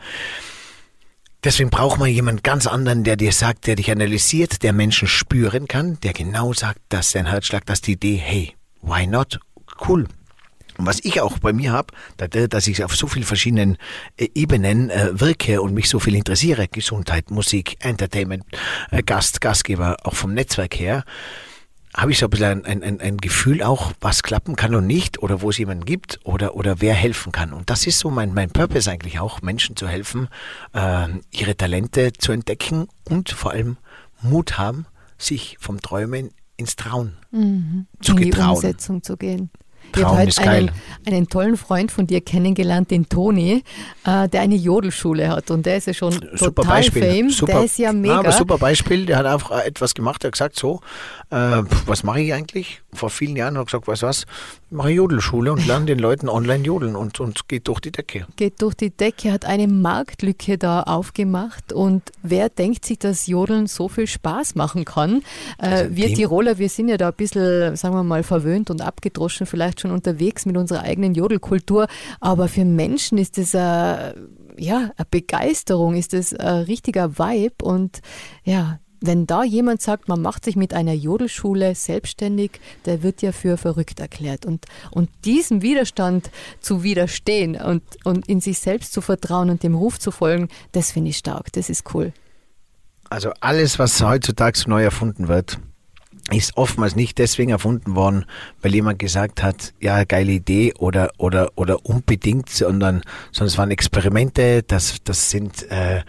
Deswegen braucht man jemanden ganz anderen, der dir sagt, der dich analysiert, der Menschen spüren kann, der genau sagt, dass sein Herzschlag, dass die Idee, hey, why not? Cool. Und was ich auch bei mir habe, dass ich auf so vielen verschiedenen Ebenen wirke und mich so viel interessiere, Gesundheit, Musik, Entertainment, Gast, Gastgeber, auch vom Netzwerk her, habe ich so ein bisschen ein, ein, ein Gefühl auch, was klappen kann und nicht oder wo es jemanden gibt oder, oder wer helfen kann. Und das ist so mein, mein Purpose eigentlich auch, Menschen zu helfen, äh, ihre Talente zu entdecken und vor allem Mut haben, sich vom Träumen ins Trauen mhm. zu getrauen. In die Umsetzung zu gehen. Traum ich ist habe heute geil. einen, einen tollen Freund von dir kennengelernt, den Toni, äh, der eine Jodelschule hat und der ist ja schon Super total Beispiel. fame. Super, der ist ja mega. Na, aber super Beispiel, der hat einfach etwas gemacht, der hat gesagt so, äh, was mache ich eigentlich? Vor vielen Jahren hat er gesagt, weißt du was, ich mache Jodelschule und lerne den Leuten online jodeln und, und geht durch die Decke. Geht durch die Decke, hat eine Marktlücke da aufgemacht und wer denkt sich, dass Jodeln so viel Spaß machen kann? Äh, also wir Tiroler, wir sind ja da ein bisschen, sagen wir mal, verwöhnt und abgedroschen, vielleicht schon unterwegs mit unserer eigenen Jodelkultur, aber für Menschen ist das eine, ja, eine Begeisterung, ist das ein richtiger Vibe und ja, wenn da jemand sagt, man macht sich mit einer Jodelschule selbstständig, der wird ja für verrückt erklärt. Und, und diesem Widerstand zu widerstehen und, und in sich selbst zu vertrauen und dem Ruf zu folgen, das finde ich stark, das ist cool. Also alles, was heutzutage neu erfunden wird, ist oftmals nicht deswegen erfunden worden, weil jemand gesagt hat, ja, geile Idee oder oder oder unbedingt, sondern, sondern es waren Experimente, das das sind äh,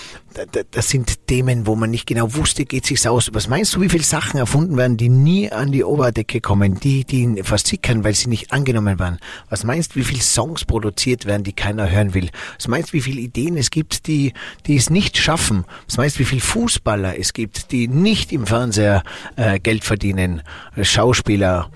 das sind Themen, wo man nicht genau wusste, geht sich's aus. Was meinst du, wie viele Sachen erfunden werden, die nie an die Oberdecke kommen, die die versickern, weil sie nicht angenommen werden? Was meinst du, wie viele Songs produziert werden, die keiner hören will? Was meinst du, wie viele Ideen es gibt, die die es nicht schaffen? Was meinst du, wie viele Fußballer es gibt, die nicht im Fernseher äh, Geld verdienen? Schauspieler.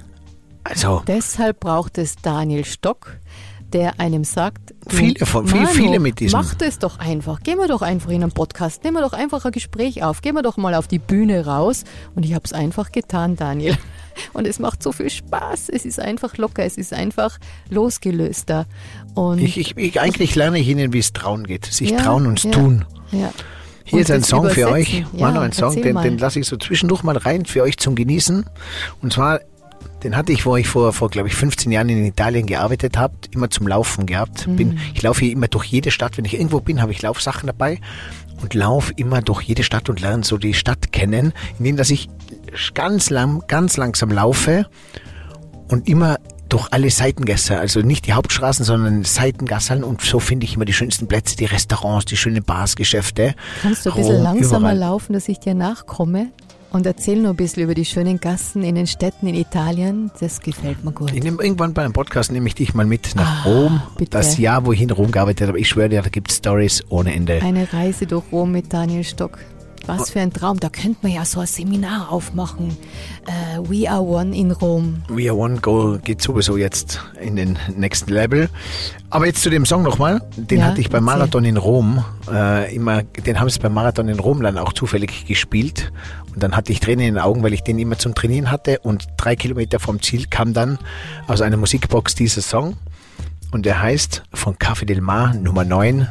Also deshalb braucht es Daniel Stock, der einem sagt, viele, von, Manu, viele, viele mit diesem. Mach das doch einfach. Gehen wir doch einfach in einen Podcast. Nehmen wir doch einfach ein Gespräch auf. Gehen wir doch mal auf die Bühne raus. Und ich habe es einfach getan, Daniel. Und es macht so viel Spaß. Es ist einfach locker. Es ist einfach losgelöster. Und ich, ich, ich, eigentlich lerne ich Ihnen, wie es trauen geht. Sich ja, trauen und ja, tun. Ja. Hier Und ist ein Song für euch. Ja, Manu, ein Song, den, den lasse ich so zwischendurch mal rein für euch zum Genießen. Und zwar, den hatte ich, wo ich vor, vor glaube ich, fünfzehn Jahren in Italien gearbeitet habe, immer zum Laufen gehabt. Mhm. Bin, ich laufe hier immer durch jede Stadt. Wenn ich irgendwo bin, habe ich Laufsachen dabei und laufe immer durch jede Stadt und lerne so die Stadt kennen, indem dass ich ganz lang, ganz langsam laufe und immer durch alle Seitengässer, also nicht die Hauptstraßen, sondern Seitengassen, und so finde ich immer die schönsten Plätze, die Restaurants, die schönen Bars, Geschäfte. Kannst du ein bisschen Rom, langsamer überall. laufen, dass ich dir nachkomme? Und erzähl nur ein bisschen über die schönen Gassen in den Städten in Italien. Das gefällt mir gut. Ich nehme irgendwann bei einem Podcast, nehme ich dich mal mit nach Ah, Rom. bitte. Das Jahr, wo ich in Rom gearbeitet habe. Ich schwöre dir, da gibt es Stories ohne Ende. Eine Reise durch Rom mit Daniel Stock. Was für ein Traum. Da könnte man ja so ein Seminar aufmachen. Äh, We Are One in Rom. We Are One Goal geht sowieso jetzt in den nächsten Level. Aber jetzt zu dem Song nochmal. Den Ja, hatte ich beim erzähl. Marathon in Rom äh, immer, den haben sie beim Marathon in Rom dann auch zufällig gespielt. Und dann hatte ich Tränen in den Augen, weil ich den immer zum Trainieren hatte. Und drei Kilometer vom Ziel kam dann aus einer Musikbox dieser Song. Und der heißt von Café Del Mar Nummer neun,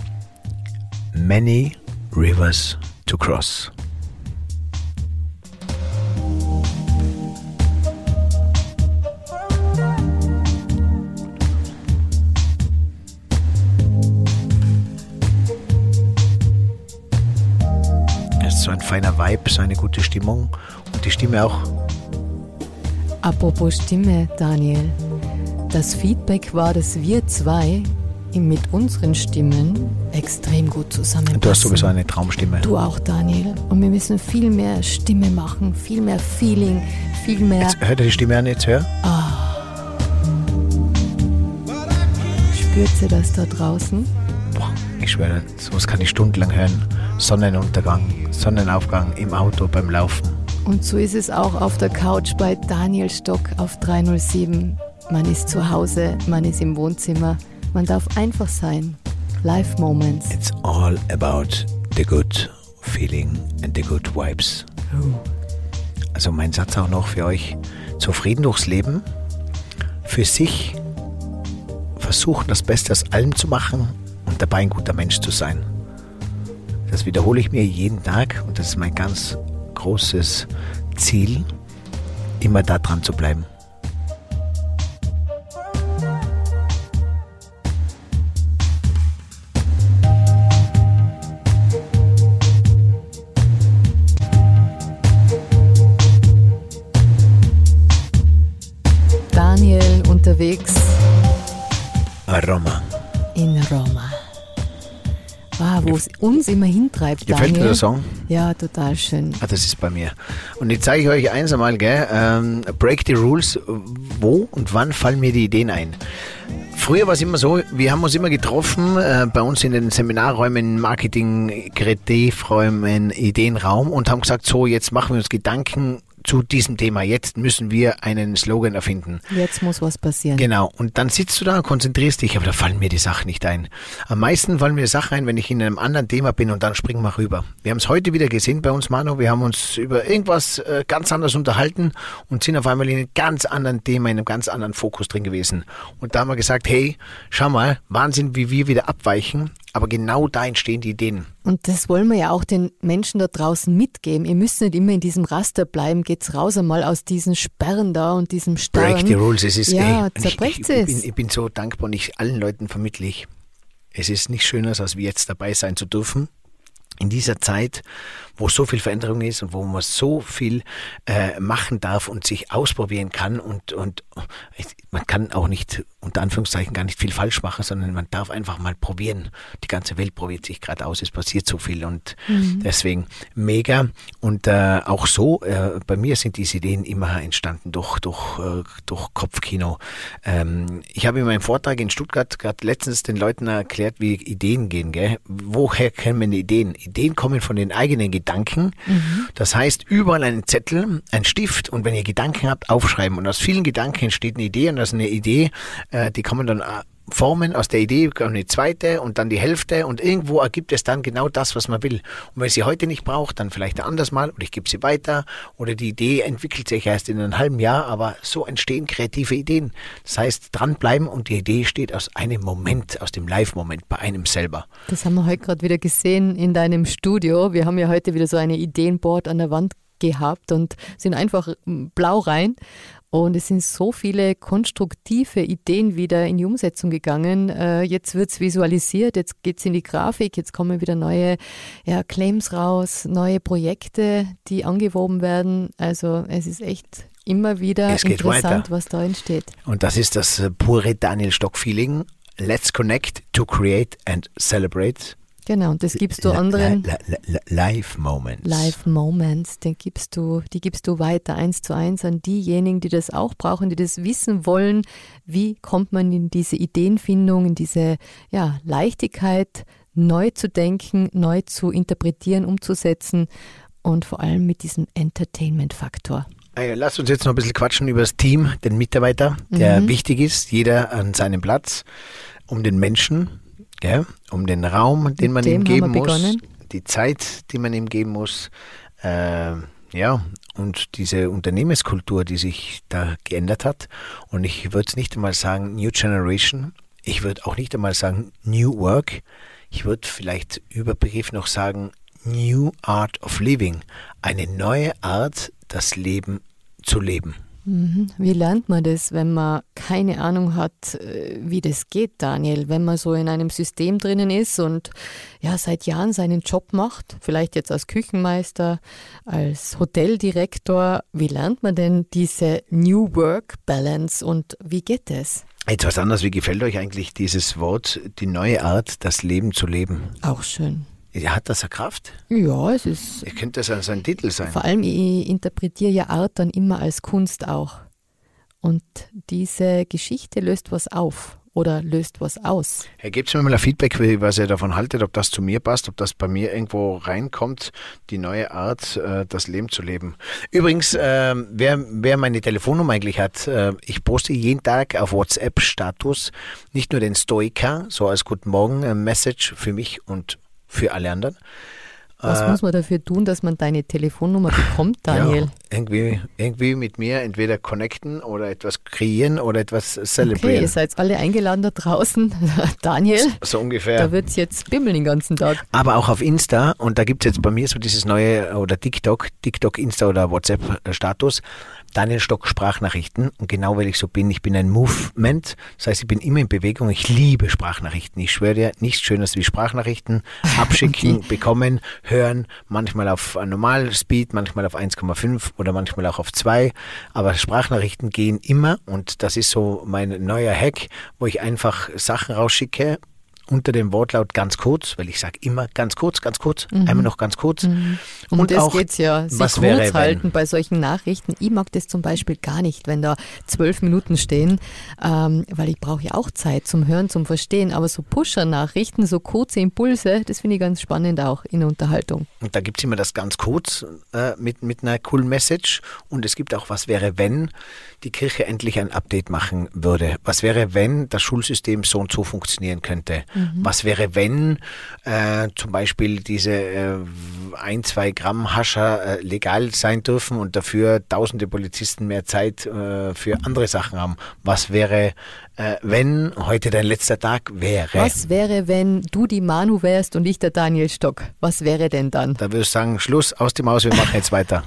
Many Rivers to Cross. Es ist so ein feiner Vibe, so eine gute Stimmung und die Stimme auch. Apropos Stimme, Daniel. Das Feedback war, dass wir zwei mit unseren Stimmen extrem gut zusammenpassen. Du hast sowieso eine Traumstimme. Du auch, Daniel. Und wir müssen viel mehr Stimme machen, viel mehr Feeling, viel mehr... Jetzt hört ihr die Stimme an, jetzt hör. Ah. Spürt sie das da draußen? Boah, ich schwöre, sowas kann ich stundenlang hören. Sonnenuntergang, Sonnenaufgang im Auto beim Laufen. Und so ist es auch auf der Couch bei Daniel Stock auf drei null sieben. Man ist zu Hause, man ist im Wohnzimmer. Man darf einfach sein. Life Moments. It's all about the good feeling and the good vibes. Oh. Also mein Satz auch noch für euch. Zufrieden durchs Leben. Für sich versuchen, das Beste aus allem zu machen und dabei ein guter Mensch zu sein. Das wiederhole ich mir jeden Tag und das ist mein ganz großes Ziel, immer da dran zu bleiben. Daniel unterwegs Roma. in Roma. Wow, wo es uns immer hintreibt, Daniel. Gefällt dir der Song? Ja, total schön. Ah, das ist bei mir. Und jetzt zeige ich euch eins einmal, gell? Ähm, break the rules. Wo und wann fallen mir die Ideen ein? Früher war es immer so, wir haben uns immer getroffen, äh, bei uns in den Seminarräumen, Marketing, Kreativräumen, Ideenraum und haben gesagt, so, jetzt machen wir uns Gedanken zu diesem Thema. Jetzt müssen wir einen Slogan erfinden. Jetzt muss was passieren. Genau. Und dann sitzt du da und konzentrierst dich, aber da fallen mir die Sachen nicht ein. Am meisten fallen mir die Sachen ein, wenn ich in einem anderen Thema bin und dann springen wir rüber. Wir haben es heute wieder gesehen bei uns, Manu. Wir haben uns über irgendwas äh, ganz anders unterhalten und sind auf einmal in einem ganz anderen Thema, in einem ganz anderen Fokus drin gewesen. Und da haben wir gesagt, hey, schau mal, Wahnsinn, wie wir wieder abweichen. Aber genau da entstehen die Ideen. Und das wollen wir ja auch den Menschen da draußen mitgeben. Ihr müsst nicht immer in diesem Raster bleiben. Geht's raus einmal aus diesen Sperren da und diesem Starren. Break the rules. Es ist, ja, ey, zerbrecht ich, ich, ich, es. bin, ich bin so dankbar und ich allen Leuten vermittle ich, es ist nichts Schöneres, als wie jetzt dabei sein zu dürfen. In dieser Zeit, wo so viel Veränderung ist und wo man so viel äh, machen darf und sich ausprobieren kann und, und man kann auch nicht, unter Anführungszeichen, gar nicht viel falsch machen, sondern man darf einfach mal probieren. Die ganze Welt probiert sich gerade aus, es passiert so viel und mhm. deswegen mega. Und äh, auch so, äh, bei mir sind diese Ideen immer entstanden durch, durch, äh, durch Kopfkino. Ähm, ich habe in meinem Vortrag in Stuttgart gerade letztens den Leuten erklärt, wie Ideen gehen. Gell? Woher kennen wir Ideen? Ideen kommen von den eigenen Gedanken. Mhm. Das heißt, überall einen Zettel, ein Stift und wenn ihr Gedanken habt, aufschreiben. Und aus vielen Gedanken entsteht eine Idee und aus einer Idee, äh, die kann man dann formen. Aus der Idee kommt eine zweite und dann die Hälfte und irgendwo ergibt es dann genau das, was man will. Und wenn ich sie heute nicht braucht, dann vielleicht ein anderes Mal oder ich gebe sie weiter oder die Idee entwickelt sich erst in einem halben Jahr, aber so entstehen kreative Ideen. Das heißt, dranbleiben und die Idee steht aus einem Moment, aus dem Live-Moment bei einem selber. Das haben wir heute gerade wieder gesehen in deinem Studio. Wir haben ja heute wieder so eine Ideenboard an der Wand gehabt und sind einfach blau rein. Und es sind so viele konstruktive Ideen wieder in die Umsetzung gegangen. Äh, jetzt wird es visualisiert, jetzt geht es in die Grafik, jetzt kommen wieder neue ja, Claims raus, neue Projekte, die angewoben werden. Also es ist echt immer wieder interessant, weiter. Was da entsteht. Und das ist das äh, pure Daniel Stock-Feeling. Let's connect to create and celebrate. Genau, und das gibst du anderen. Live Moments. Live Moments, den gibst du, die gibst du weiter, eins zu eins an diejenigen, die das auch brauchen, die das wissen wollen. Wie kommt man in diese Ideenfindung, in diese ja, Leichtigkeit, neu zu denken, neu zu interpretieren, umzusetzen und vor allem mit diesem Entertainment-Faktor. Lass uns jetzt noch ein bisschen quatschen über das Team, den Mitarbeiter, der mhm. wichtig ist, jeder an seinem Platz, um den Menschen. Ja, um den Raum, den man ihm geben muss, die Zeit, die man ihm geben muss, äh, ja, und diese Unternehmenskultur, die sich da geändert hat. Und ich würde es nicht einmal sagen New Generation, ich würde auch nicht einmal sagen New Work, ich würde vielleicht über Begriff noch sagen New Art of Living, eine neue Art, das Leben zu leben. Wie lernt man das, wenn man keine Ahnung hat, wie das geht, Daniel? Wenn man so in einem System drinnen ist und ja seit Jahren seinen Job macht, vielleicht jetzt als Küchenmeister, als Hoteldirektor, wie lernt man denn diese New Work Balance und wie geht das? Jetzt was anderes, wie gefällt euch eigentlich dieses Wort, die neue Art, das Leben zu leben? Auch schön. Hat das eine Kraft? Ja, es ist... Könnte das so ein Titel sein? Vor allem, ich interpretiere ja Art dann immer als Kunst auch. Und diese Geschichte löst was auf oder löst was aus. Hey, gebt mir mal ein Feedback, was ihr davon haltet, ob das zu mir passt, ob das bei mir irgendwo reinkommt, die neue Art, äh, das Leben zu leben. Übrigens, äh, wer, wer meine Telefonnummer eigentlich hat, äh, ich poste jeden Tag auf WhatsApp-Status nicht nur den Stoiker, so als Guten Morgen, ein Message für mich und für alle anderen. Was äh, muss man dafür tun, dass man deine Telefonnummer bekommt, Daniel? Ja, irgendwie, irgendwie mit mir entweder connecten oder etwas kreieren oder etwas zelebrieren. Okay, ihr seid alle eingeladen da draußen. Daniel, so, so ungefähr. Da wird es jetzt bimmeln den ganzen Tag. Aber auch auf Insta, und da gibt es jetzt bei mir so dieses neue, oder TikTok, TikTok, Insta oder WhatsApp-Status, Daniel Stock Sprachnachrichten, und genau weil ich so bin, ich bin ein Movement, das heißt, ich bin immer in Bewegung, ich liebe Sprachnachrichten, ich schwöre dir, nichts Schönes wie Sprachnachrichten, abschicken, okay. bekommen, hören, manchmal auf Normalspeed, manchmal auf eins Komma fünf oder manchmal auch auf zwei, aber Sprachnachrichten gehen immer, und das ist so mein neuer Hack, wo ich einfach Sachen rausschicke, unter dem Wortlaut ganz kurz, weil ich sage immer ganz kurz, ganz kurz, mhm. einmal noch ganz kurz. Mhm. Um und das geht es ja, sich kurz wäre, halten wenn? Bei solchen Nachrichten. Ich mag das zum Beispiel gar nicht, wenn da zwölf Minuten stehen, ähm, weil ich brauche ja auch Zeit zum Hören, zum Verstehen. Aber so Pusher-Nachrichten, so kurze Impulse, das finde ich ganz spannend auch in der Unterhaltung. Und da gibt es immer das ganz kurz äh, mit, mit einer coolen Message. Und es gibt auch, was wäre, wenn die Kirche endlich ein Update machen würde? Was wäre, wenn das Schulsystem so und so funktionieren könnte? Mhm. Was wäre, wenn äh, zum Beispiel diese äh, ein, zwei Gramm Hascher äh, legal sein dürfen und dafür tausende Polizisten mehr Zeit äh, für andere Sachen haben? Was wäre, äh, wenn heute dein letzter Tag wäre? Was wäre, wenn du die Manu wärst und ich der Daniel Stock? Was wäre denn dann? Da würde ich sagen, Schluss, aus dem Haus, wir machen jetzt weiter.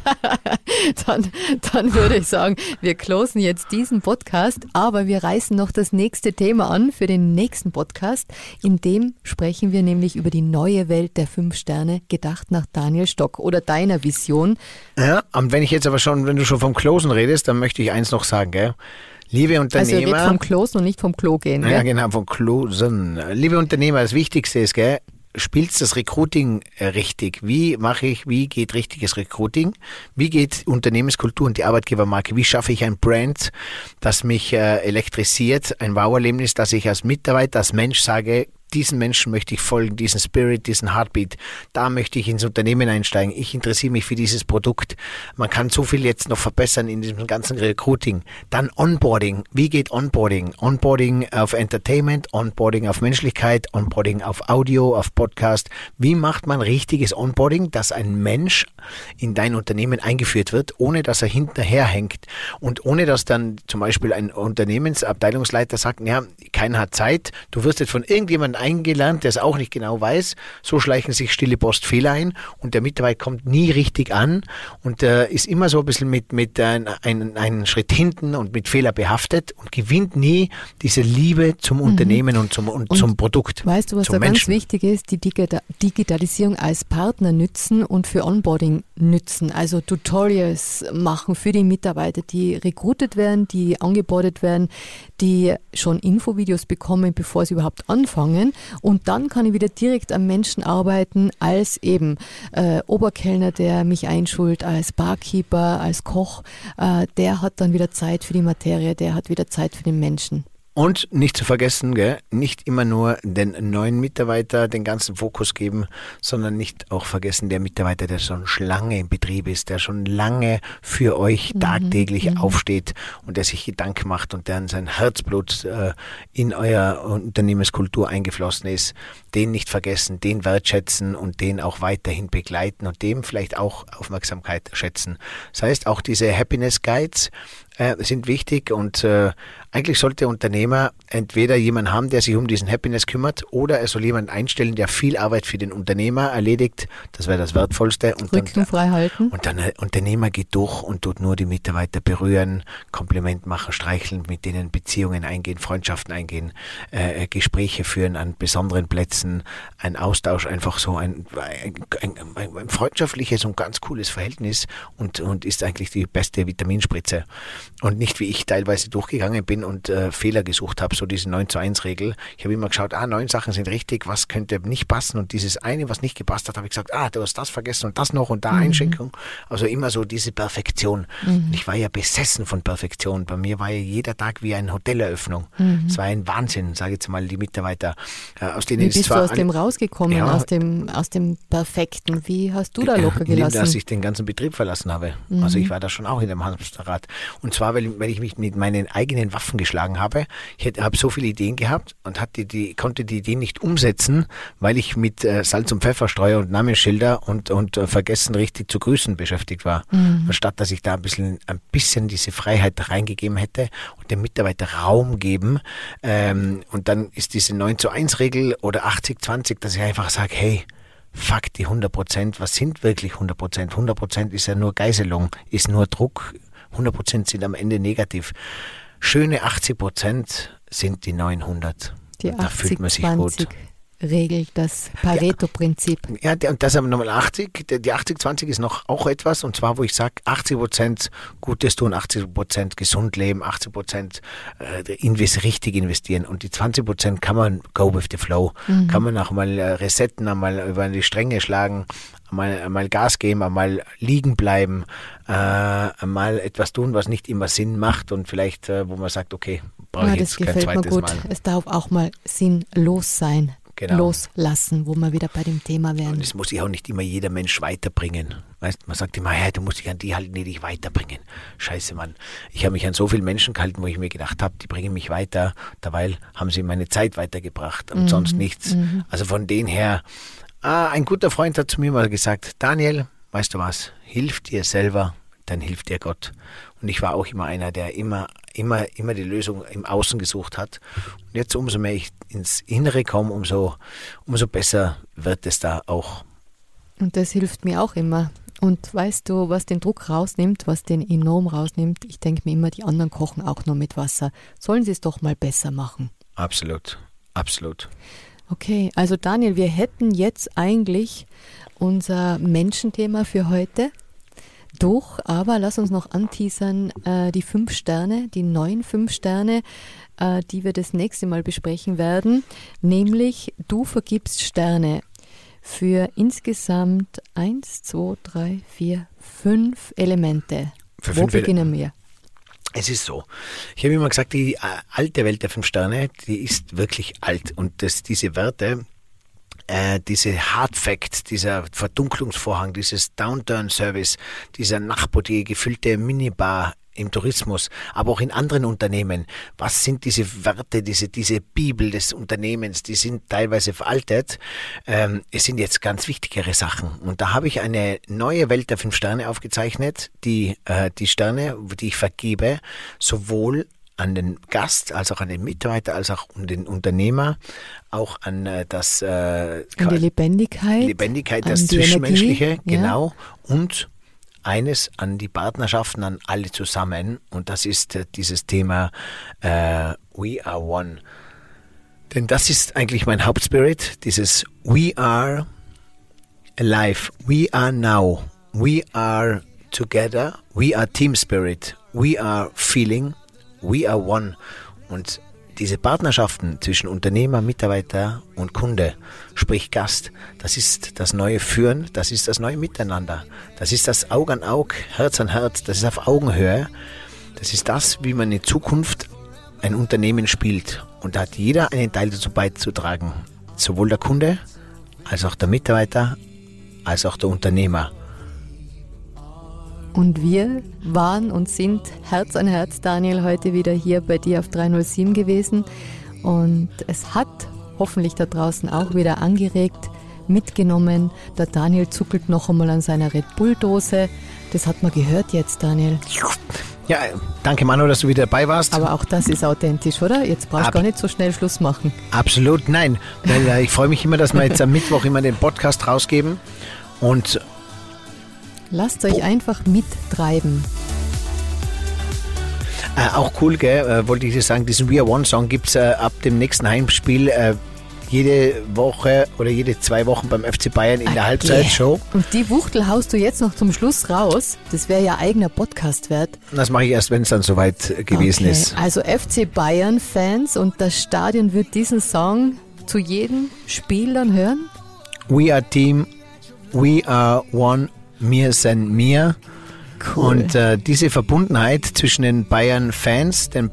dann, dann würde ich sagen, wir closen jetzt diesen Podcast, aber wir reißen noch das nächste Thema an für den nächsten Podcast. In dem sprechen wir nämlich über die neue Welt der fünf Sterne, gedacht nach Daniel Stock oder deiner Vision. Ja, und wenn ich jetzt aber schon, wenn du schon vom Closen redest, dann möchte ich eins noch sagen, gell? Liebe Unternehmer. Also er redet vom Closen und nicht vom Klo gehen, gell? Ja, genau, vom Closen. Liebe Unternehmer, das Wichtigste ist, gell? Spielst das Recruiting richtig? Wie mache ich, wie geht richtiges Recruiting? Wie geht Unternehmenskultur und die Arbeitgebermarke? Wie schaffe ich ein Brand, das mich äh, elektrisiert? Ein Wow-Erlebnis, dass ich als Mitarbeiter, als Mensch sage, diesen Menschen möchte ich folgen, diesen Spirit, diesen Heartbeat. Da möchte ich ins Unternehmen einsteigen. Ich interessiere mich für dieses Produkt. Man kann so viel jetzt noch verbessern in diesem ganzen Recruiting. Dann Onboarding. Wie geht Onboarding? Onboarding auf Entertainment, Onboarding auf Menschlichkeit, Onboarding auf Audio, auf Podcast. Wie macht man richtiges Onboarding, dass ein Mensch in dein Unternehmen eingeführt wird, ohne dass er hinterherhängt und ohne dass dann zum Beispiel ein Unternehmensabteilungsleiter sagt, ja, keiner hat Zeit, du wirst jetzt von irgendjemandem eingelernt, der es auch nicht genau weiß. So schleichen sich stille Postfehler ein und der Mitarbeiter kommt nie richtig an und äh, ist immer so ein bisschen mit, mit äh, ein, einen Schritt hinten und mit Fehler behaftet und gewinnt nie diese Liebe zum mhm. Unternehmen und zum, und und zum Produkt. Weißt du, was da Menschen. Ganz wichtig ist? Die Digitalisierung als Partner nützen und für Onboarding nützen. Also Tutorials machen für die Mitarbeiter, die recruited werden, die angebordet werden, die schon Infovideos bekommen, bevor sie überhaupt anfangen. Und dann kann ich wieder direkt am Menschen arbeiten als eben äh, Oberkellner, der mich einschult, als Barkeeper, als Koch. Äh, der hat dann wieder Zeit für die Materie, der hat wieder Zeit für den Menschen. Und nicht zu vergessen, gell, nicht immer nur den neuen Mitarbeiter den ganzen Fokus geben, sondern nicht auch vergessen, der Mitarbeiter, der schon lange im Betrieb ist, der schon lange für euch tagtäglich mhm. aufsteht und der sich Gedanken macht und der sein Herzblut äh, in euer Unternehmenskultur eingeflossen ist, den nicht vergessen, den wertschätzen und den auch weiterhin begleiten und dem vielleicht auch Aufmerksamkeit schätzen. Das heißt, auch diese Happiness Guides äh, sind wichtig und äh, eigentlich sollte der Unternehmer entweder jemanden haben, der sich um diesen Happiness kümmert, oder er soll jemanden einstellen, der viel Arbeit für den Unternehmer erledigt. Das wäre das Wertvollste. Und Rücken dann, frei halten. Und dann der Unternehmer geht durch und tut nur die Mitarbeiter berühren, Kompliment machen, streicheln, mit denen Beziehungen eingehen, Freundschaften eingehen, äh, Gespräche führen an besonderen Plätzen, ein Austausch, einfach so ein, ein, ein, ein freundschaftliches und ganz cooles Verhältnis und, und ist eigentlich die beste Vitaminspritze. und nicht wie ich teilweise durchgegangen bin und äh, Fehler gesucht habe, so diese neun zu eins Regel. Ich habe immer geschaut, ah, neun Sachen sind richtig, was könnte nicht passen und dieses eine, was nicht gepasst hat, habe ich gesagt, ah, du hast das vergessen und das noch und da mhm. Einschränkung. Also immer so diese Perfektion. Mhm. Ich war ja besessen von Perfektion. Bei mir war ja jeder Tag wie eine Hoteleröffnung. Mhm. Es war ein Wahnsinn, sage ich jetzt mal, die Mitarbeiter. Äh, aus denen wie bist zwar du aus dem rausgekommen, ja, aus dem, aus dem Perfekten? Wie hast du da locker gelassen? Indem, dass ich den ganzen Betrieb verlassen habe. Mhm. Also ich war da schon auch in dem Hamsterrad. Und zwar, weil, weil ich mich mit meinen eigenen Waffen geschlagen habe. Ich habe so viele Ideen gehabt und hatte die, konnte die Ideen nicht umsetzen, weil ich mit äh, Salz- und Pfefferstreuer und Namensschilder und, und äh, vergessen richtig zu grüßen beschäftigt war. Mhm. Anstatt, dass ich da ein bisschen, ein bisschen diese Freiheit reingegeben hätte und dem Mitarbeiter Raum geben. Ähm, und dann ist diese neun zu eins Regel oder achtzig zwanzig, dass ich einfach sage, hey, fuck die hundert Prozent, was sind wirklich hundert Prozent? hundert Prozent ist ja nur Geiselung, ist nur Druck, hundert Prozent sind am Ende negativ. Schöne achtzig Prozent sind die neunhundert. Die da fühlt man sich gut. Regel, das Pareto-Prinzip. Ja, ja, und das haben wir nochmal achtzig. Die achtzig zwanzig ist noch auch etwas, und zwar, wo ich sage, achtzig Prozent Gutes tun, achtzig Prozent gesund leben, achtzig Prozent äh, invest, richtig investieren und die zwanzig Prozent kann man go with the flow. Mhm. Kann man auch mal äh, resetten, einmal über die Stränge schlagen, einmal, einmal Gas geben, einmal liegen bleiben, äh, einmal etwas tun, was nicht immer Sinn macht und vielleicht, äh, wo man sagt, okay, brauche ja, ich jetzt kein zweites Mal. Das gefällt mir gut. Es darf auch mal sinnlos sein. Genau. Loslassen, wo wir wieder bei dem Thema wären. Und es muss sich auch nicht immer jeder Mensch weiterbringen. Weißt, man sagt immer, hey, du musst dich an die halten, die dich weiterbringen. Scheiße, Mann. Ich habe mich an so viele Menschen gehalten, wo ich mir gedacht habe, die bringen mich weiter. Dabei haben sie meine Zeit weitergebracht und mhm. sonst nichts. Mhm. Also von denen her, ah, ein guter Freund hat zu mir mal gesagt, Daniel, weißt du was, hilf dir selber, dann hilft dir Gott. Und ich war auch immer einer, der immer, immer, immer die Lösung im Außen gesucht hat. Und jetzt umso mehr ich ins Innere komme, umso, umso besser wird es da auch. Und das hilft mir auch immer. Und weißt du, was den Druck rausnimmt, was den enorm rausnimmt? Ich denke mir immer, die anderen kochen auch nur mit Wasser. Sollen sie es doch mal besser machen? Absolut, absolut. Okay, also Daniel, wir hätten jetzt eigentlich unser Menschenthema für heute durch, aber lass uns noch anteasern, äh, die fünf Sterne, die neuen fünf Sterne, äh, die wir das nächste Mal besprechen werden, nämlich du vergibst Sterne für insgesamt eins, zwei, drei, vier, fünf Elemente. Für Wo beginnen wir? Es ist so, ich habe immer gesagt, die äh, alte Welt der fünf Sterne, die ist wirklich alt und das, diese Werte, Äh, diese Hard Facts, dieser Verdunklungsvorhang, dieses Downturn-Service, dieser Nachtportier, gefüllte Minibar im Tourismus, aber auch in anderen Unternehmen. Was sind diese Werte, diese, diese Bibel des Unternehmens, die sind teilweise veraltet. Ähm, es sind jetzt ganz wichtigere Sachen. Und da habe ich eine neue Welt der fünf Sterne aufgezeichnet, die, äh, die Sterne, die ich vergebe, sowohl an den Gast, als auch an den Mitarbeiter, als auch an den Unternehmer, auch an äh, das äh, an die Lebendigkeit, Lebendigkeit, das Zwischenmenschliche, Energie, genau, ja. Und eines an die Partnerschaften, an alle zusammen, und das ist äh, dieses Thema äh, We are one. Denn das ist eigentlich mein Hauptspirit, dieses We are alive, we are now, we are together, we are team spirit, we are feeling, we are one. Und diese Partnerschaften zwischen Unternehmer, Mitarbeiter und Kunde, sprich Gast, das ist das neue Führen, das ist das neue Miteinander. Das ist das Auge an Auge, Herz an Herz, das ist auf Augenhöhe. Das ist das, wie man in Zukunft ein Unternehmen spielt. Und da hat jeder einen Teil dazu beizutragen. Sowohl der Kunde, als auch der Mitarbeiter, als auch der Unternehmer. Und wir waren und sind Herz an Herz, Daniel, heute wieder hier bei dir auf drei null sieben gewesen. Und es hat hoffentlich da draußen auch wieder angeregt, mitgenommen. Der Daniel zuckelt noch einmal an seiner Red Bull-Dose. Das hat man gehört jetzt, Daniel. Ja, danke Manu, dass du wieder dabei warst. Aber auch das ist authentisch, oder? Jetzt brauchst du gar nicht so schnell Schluss machen. Absolut, nein. Weil äh, ich freue mich immer, dass wir jetzt am Mittwoch immer den Podcast rausgeben. Und lasst euch einfach mittreiben. Äh, auch cool, gell, äh, wollte ich dir sagen, diesen We Are One Song gibt es äh, ab dem nächsten Heimspiel äh, jede Woche oder jede zwei Wochen beim F C Bayern in der Halbzeitshow. Und die Wuchtel haust du jetzt noch zum Schluss raus. Das wäre ja eigener Podcast wert. Das mache ich erst, wenn es dann soweit gewesen okay. ist. Also F C Bayern-Fans und das Stadion wird diesen Song zu jedem Spiel dann hören? We are Team, we are one, mir sind mir. Cool. Und äh, diese Verbundenheit zwischen den Bayern-Fans, den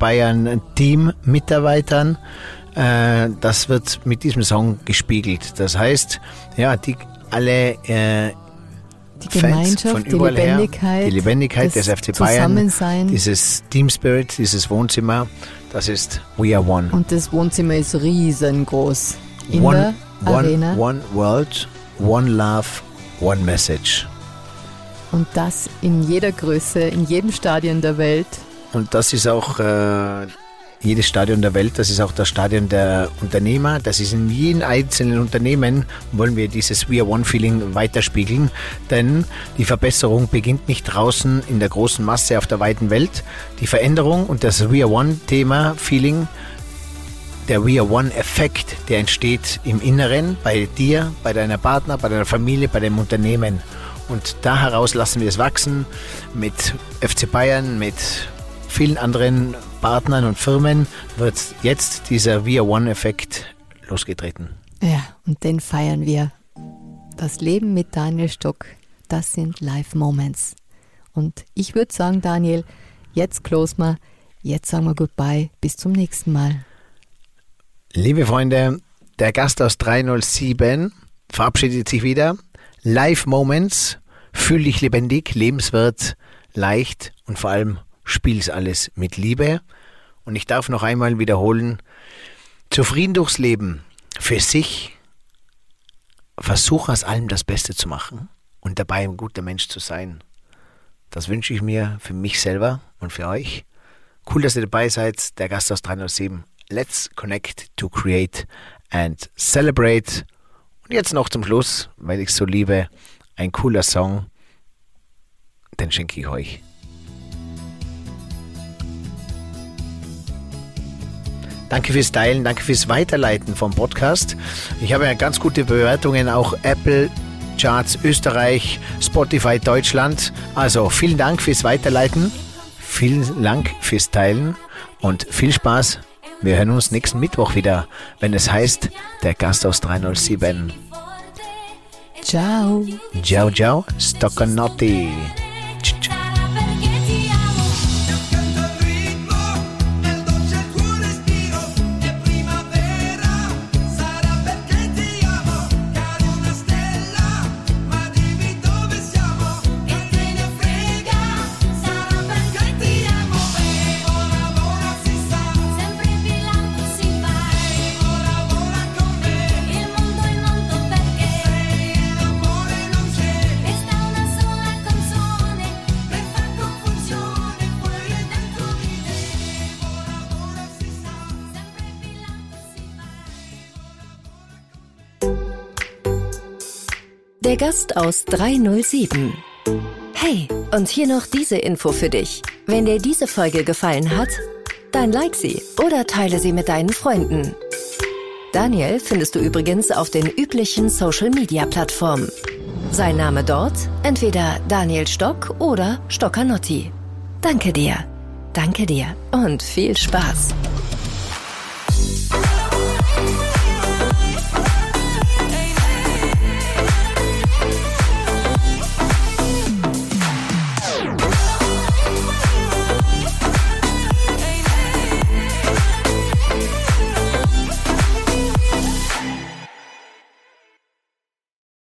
Bayern-Team-Mitarbeitern, äh, das wird mit diesem Song gespiegelt. Das heißt, ja, die alle äh, die Gemeinschaft, von überall die Lebendigkeit, her, die Lebendigkeit des F C Bayern, dieses Team Spirit, dieses Wohnzimmer, das ist We Are One. Und das Wohnzimmer ist riesengroß. In one, der Arena. One, one World, One Love, One Message. Und das in jeder Größe, in jedem Stadion der Welt. Und das ist auch äh, jedes Stadion der Welt, das ist auch das Stadion der Unternehmer. Das ist in jedem einzelnen Unternehmen, wollen wir dieses We Are One Feeling weiterspiegeln. Denn die Verbesserung beginnt nicht draußen in der großen Masse auf der weiten Welt. Die Veränderung und das We Are One Thema, Feeling, der We Are One Effekt, der entsteht im Inneren, bei dir, bei deiner Partner, bei deiner Familie, bei deinem Unternehmen. Und da heraus lassen wir es wachsen mit F C Bayern, mit vielen anderen Partnern und Firmen wird jetzt dieser We Are One Effekt losgetreten. Ja, und den feiern wir. Das Leben mit Daniel Stock, das sind Live-Moments. Und ich würde sagen, Daniel, jetzt close wir, jetzt sagen wir Goodbye, bis zum nächsten Mal. Liebe Freunde, der Gast aus drei null sieben verabschiedet sich wieder. Live Moments, fühl dich lebendig, lebenswert, leicht und vor allem spiel's alles mit Liebe. Und ich darf noch einmal wiederholen, zufrieden durchs Leben, für sich, versuch aus allem das Beste zu machen und dabei ein guter Mensch zu sein. Das wünsche ich mir für mich selber und für euch. Cool, dass ihr dabei seid, der Gast aus drei null sieben. Let's connect to create and celebrate. Und jetzt noch zum Schluss, weil ich es so liebe, ein cooler Song, den schenke ich euch. Danke fürs Teilen, danke fürs Weiterleiten vom Podcast. Ich habe ja ganz gute Bewertungen, auch Apple Charts Österreich, Spotify Deutschland. Also vielen Dank fürs Weiterleiten, vielen Dank fürs Teilen und viel Spaß. Wir hören uns nächsten Mittwoch wieder, wenn es heißt, der Gast aus drei null sieben. Ciao. Ciao, ciao, Stoccanotti. Ciao. Der Gast aus drei null sieben. Hey, und hier noch diese Info für dich. Wenn dir diese Folge gefallen hat, dann like sie oder teile sie mit deinen Freunden. Daniel findest du übrigens auf den üblichen Social-Media-Plattformen. Sein Name dort entweder Daniel Stock oder Stoccanotti. Danke dir, danke dir und viel Spaß.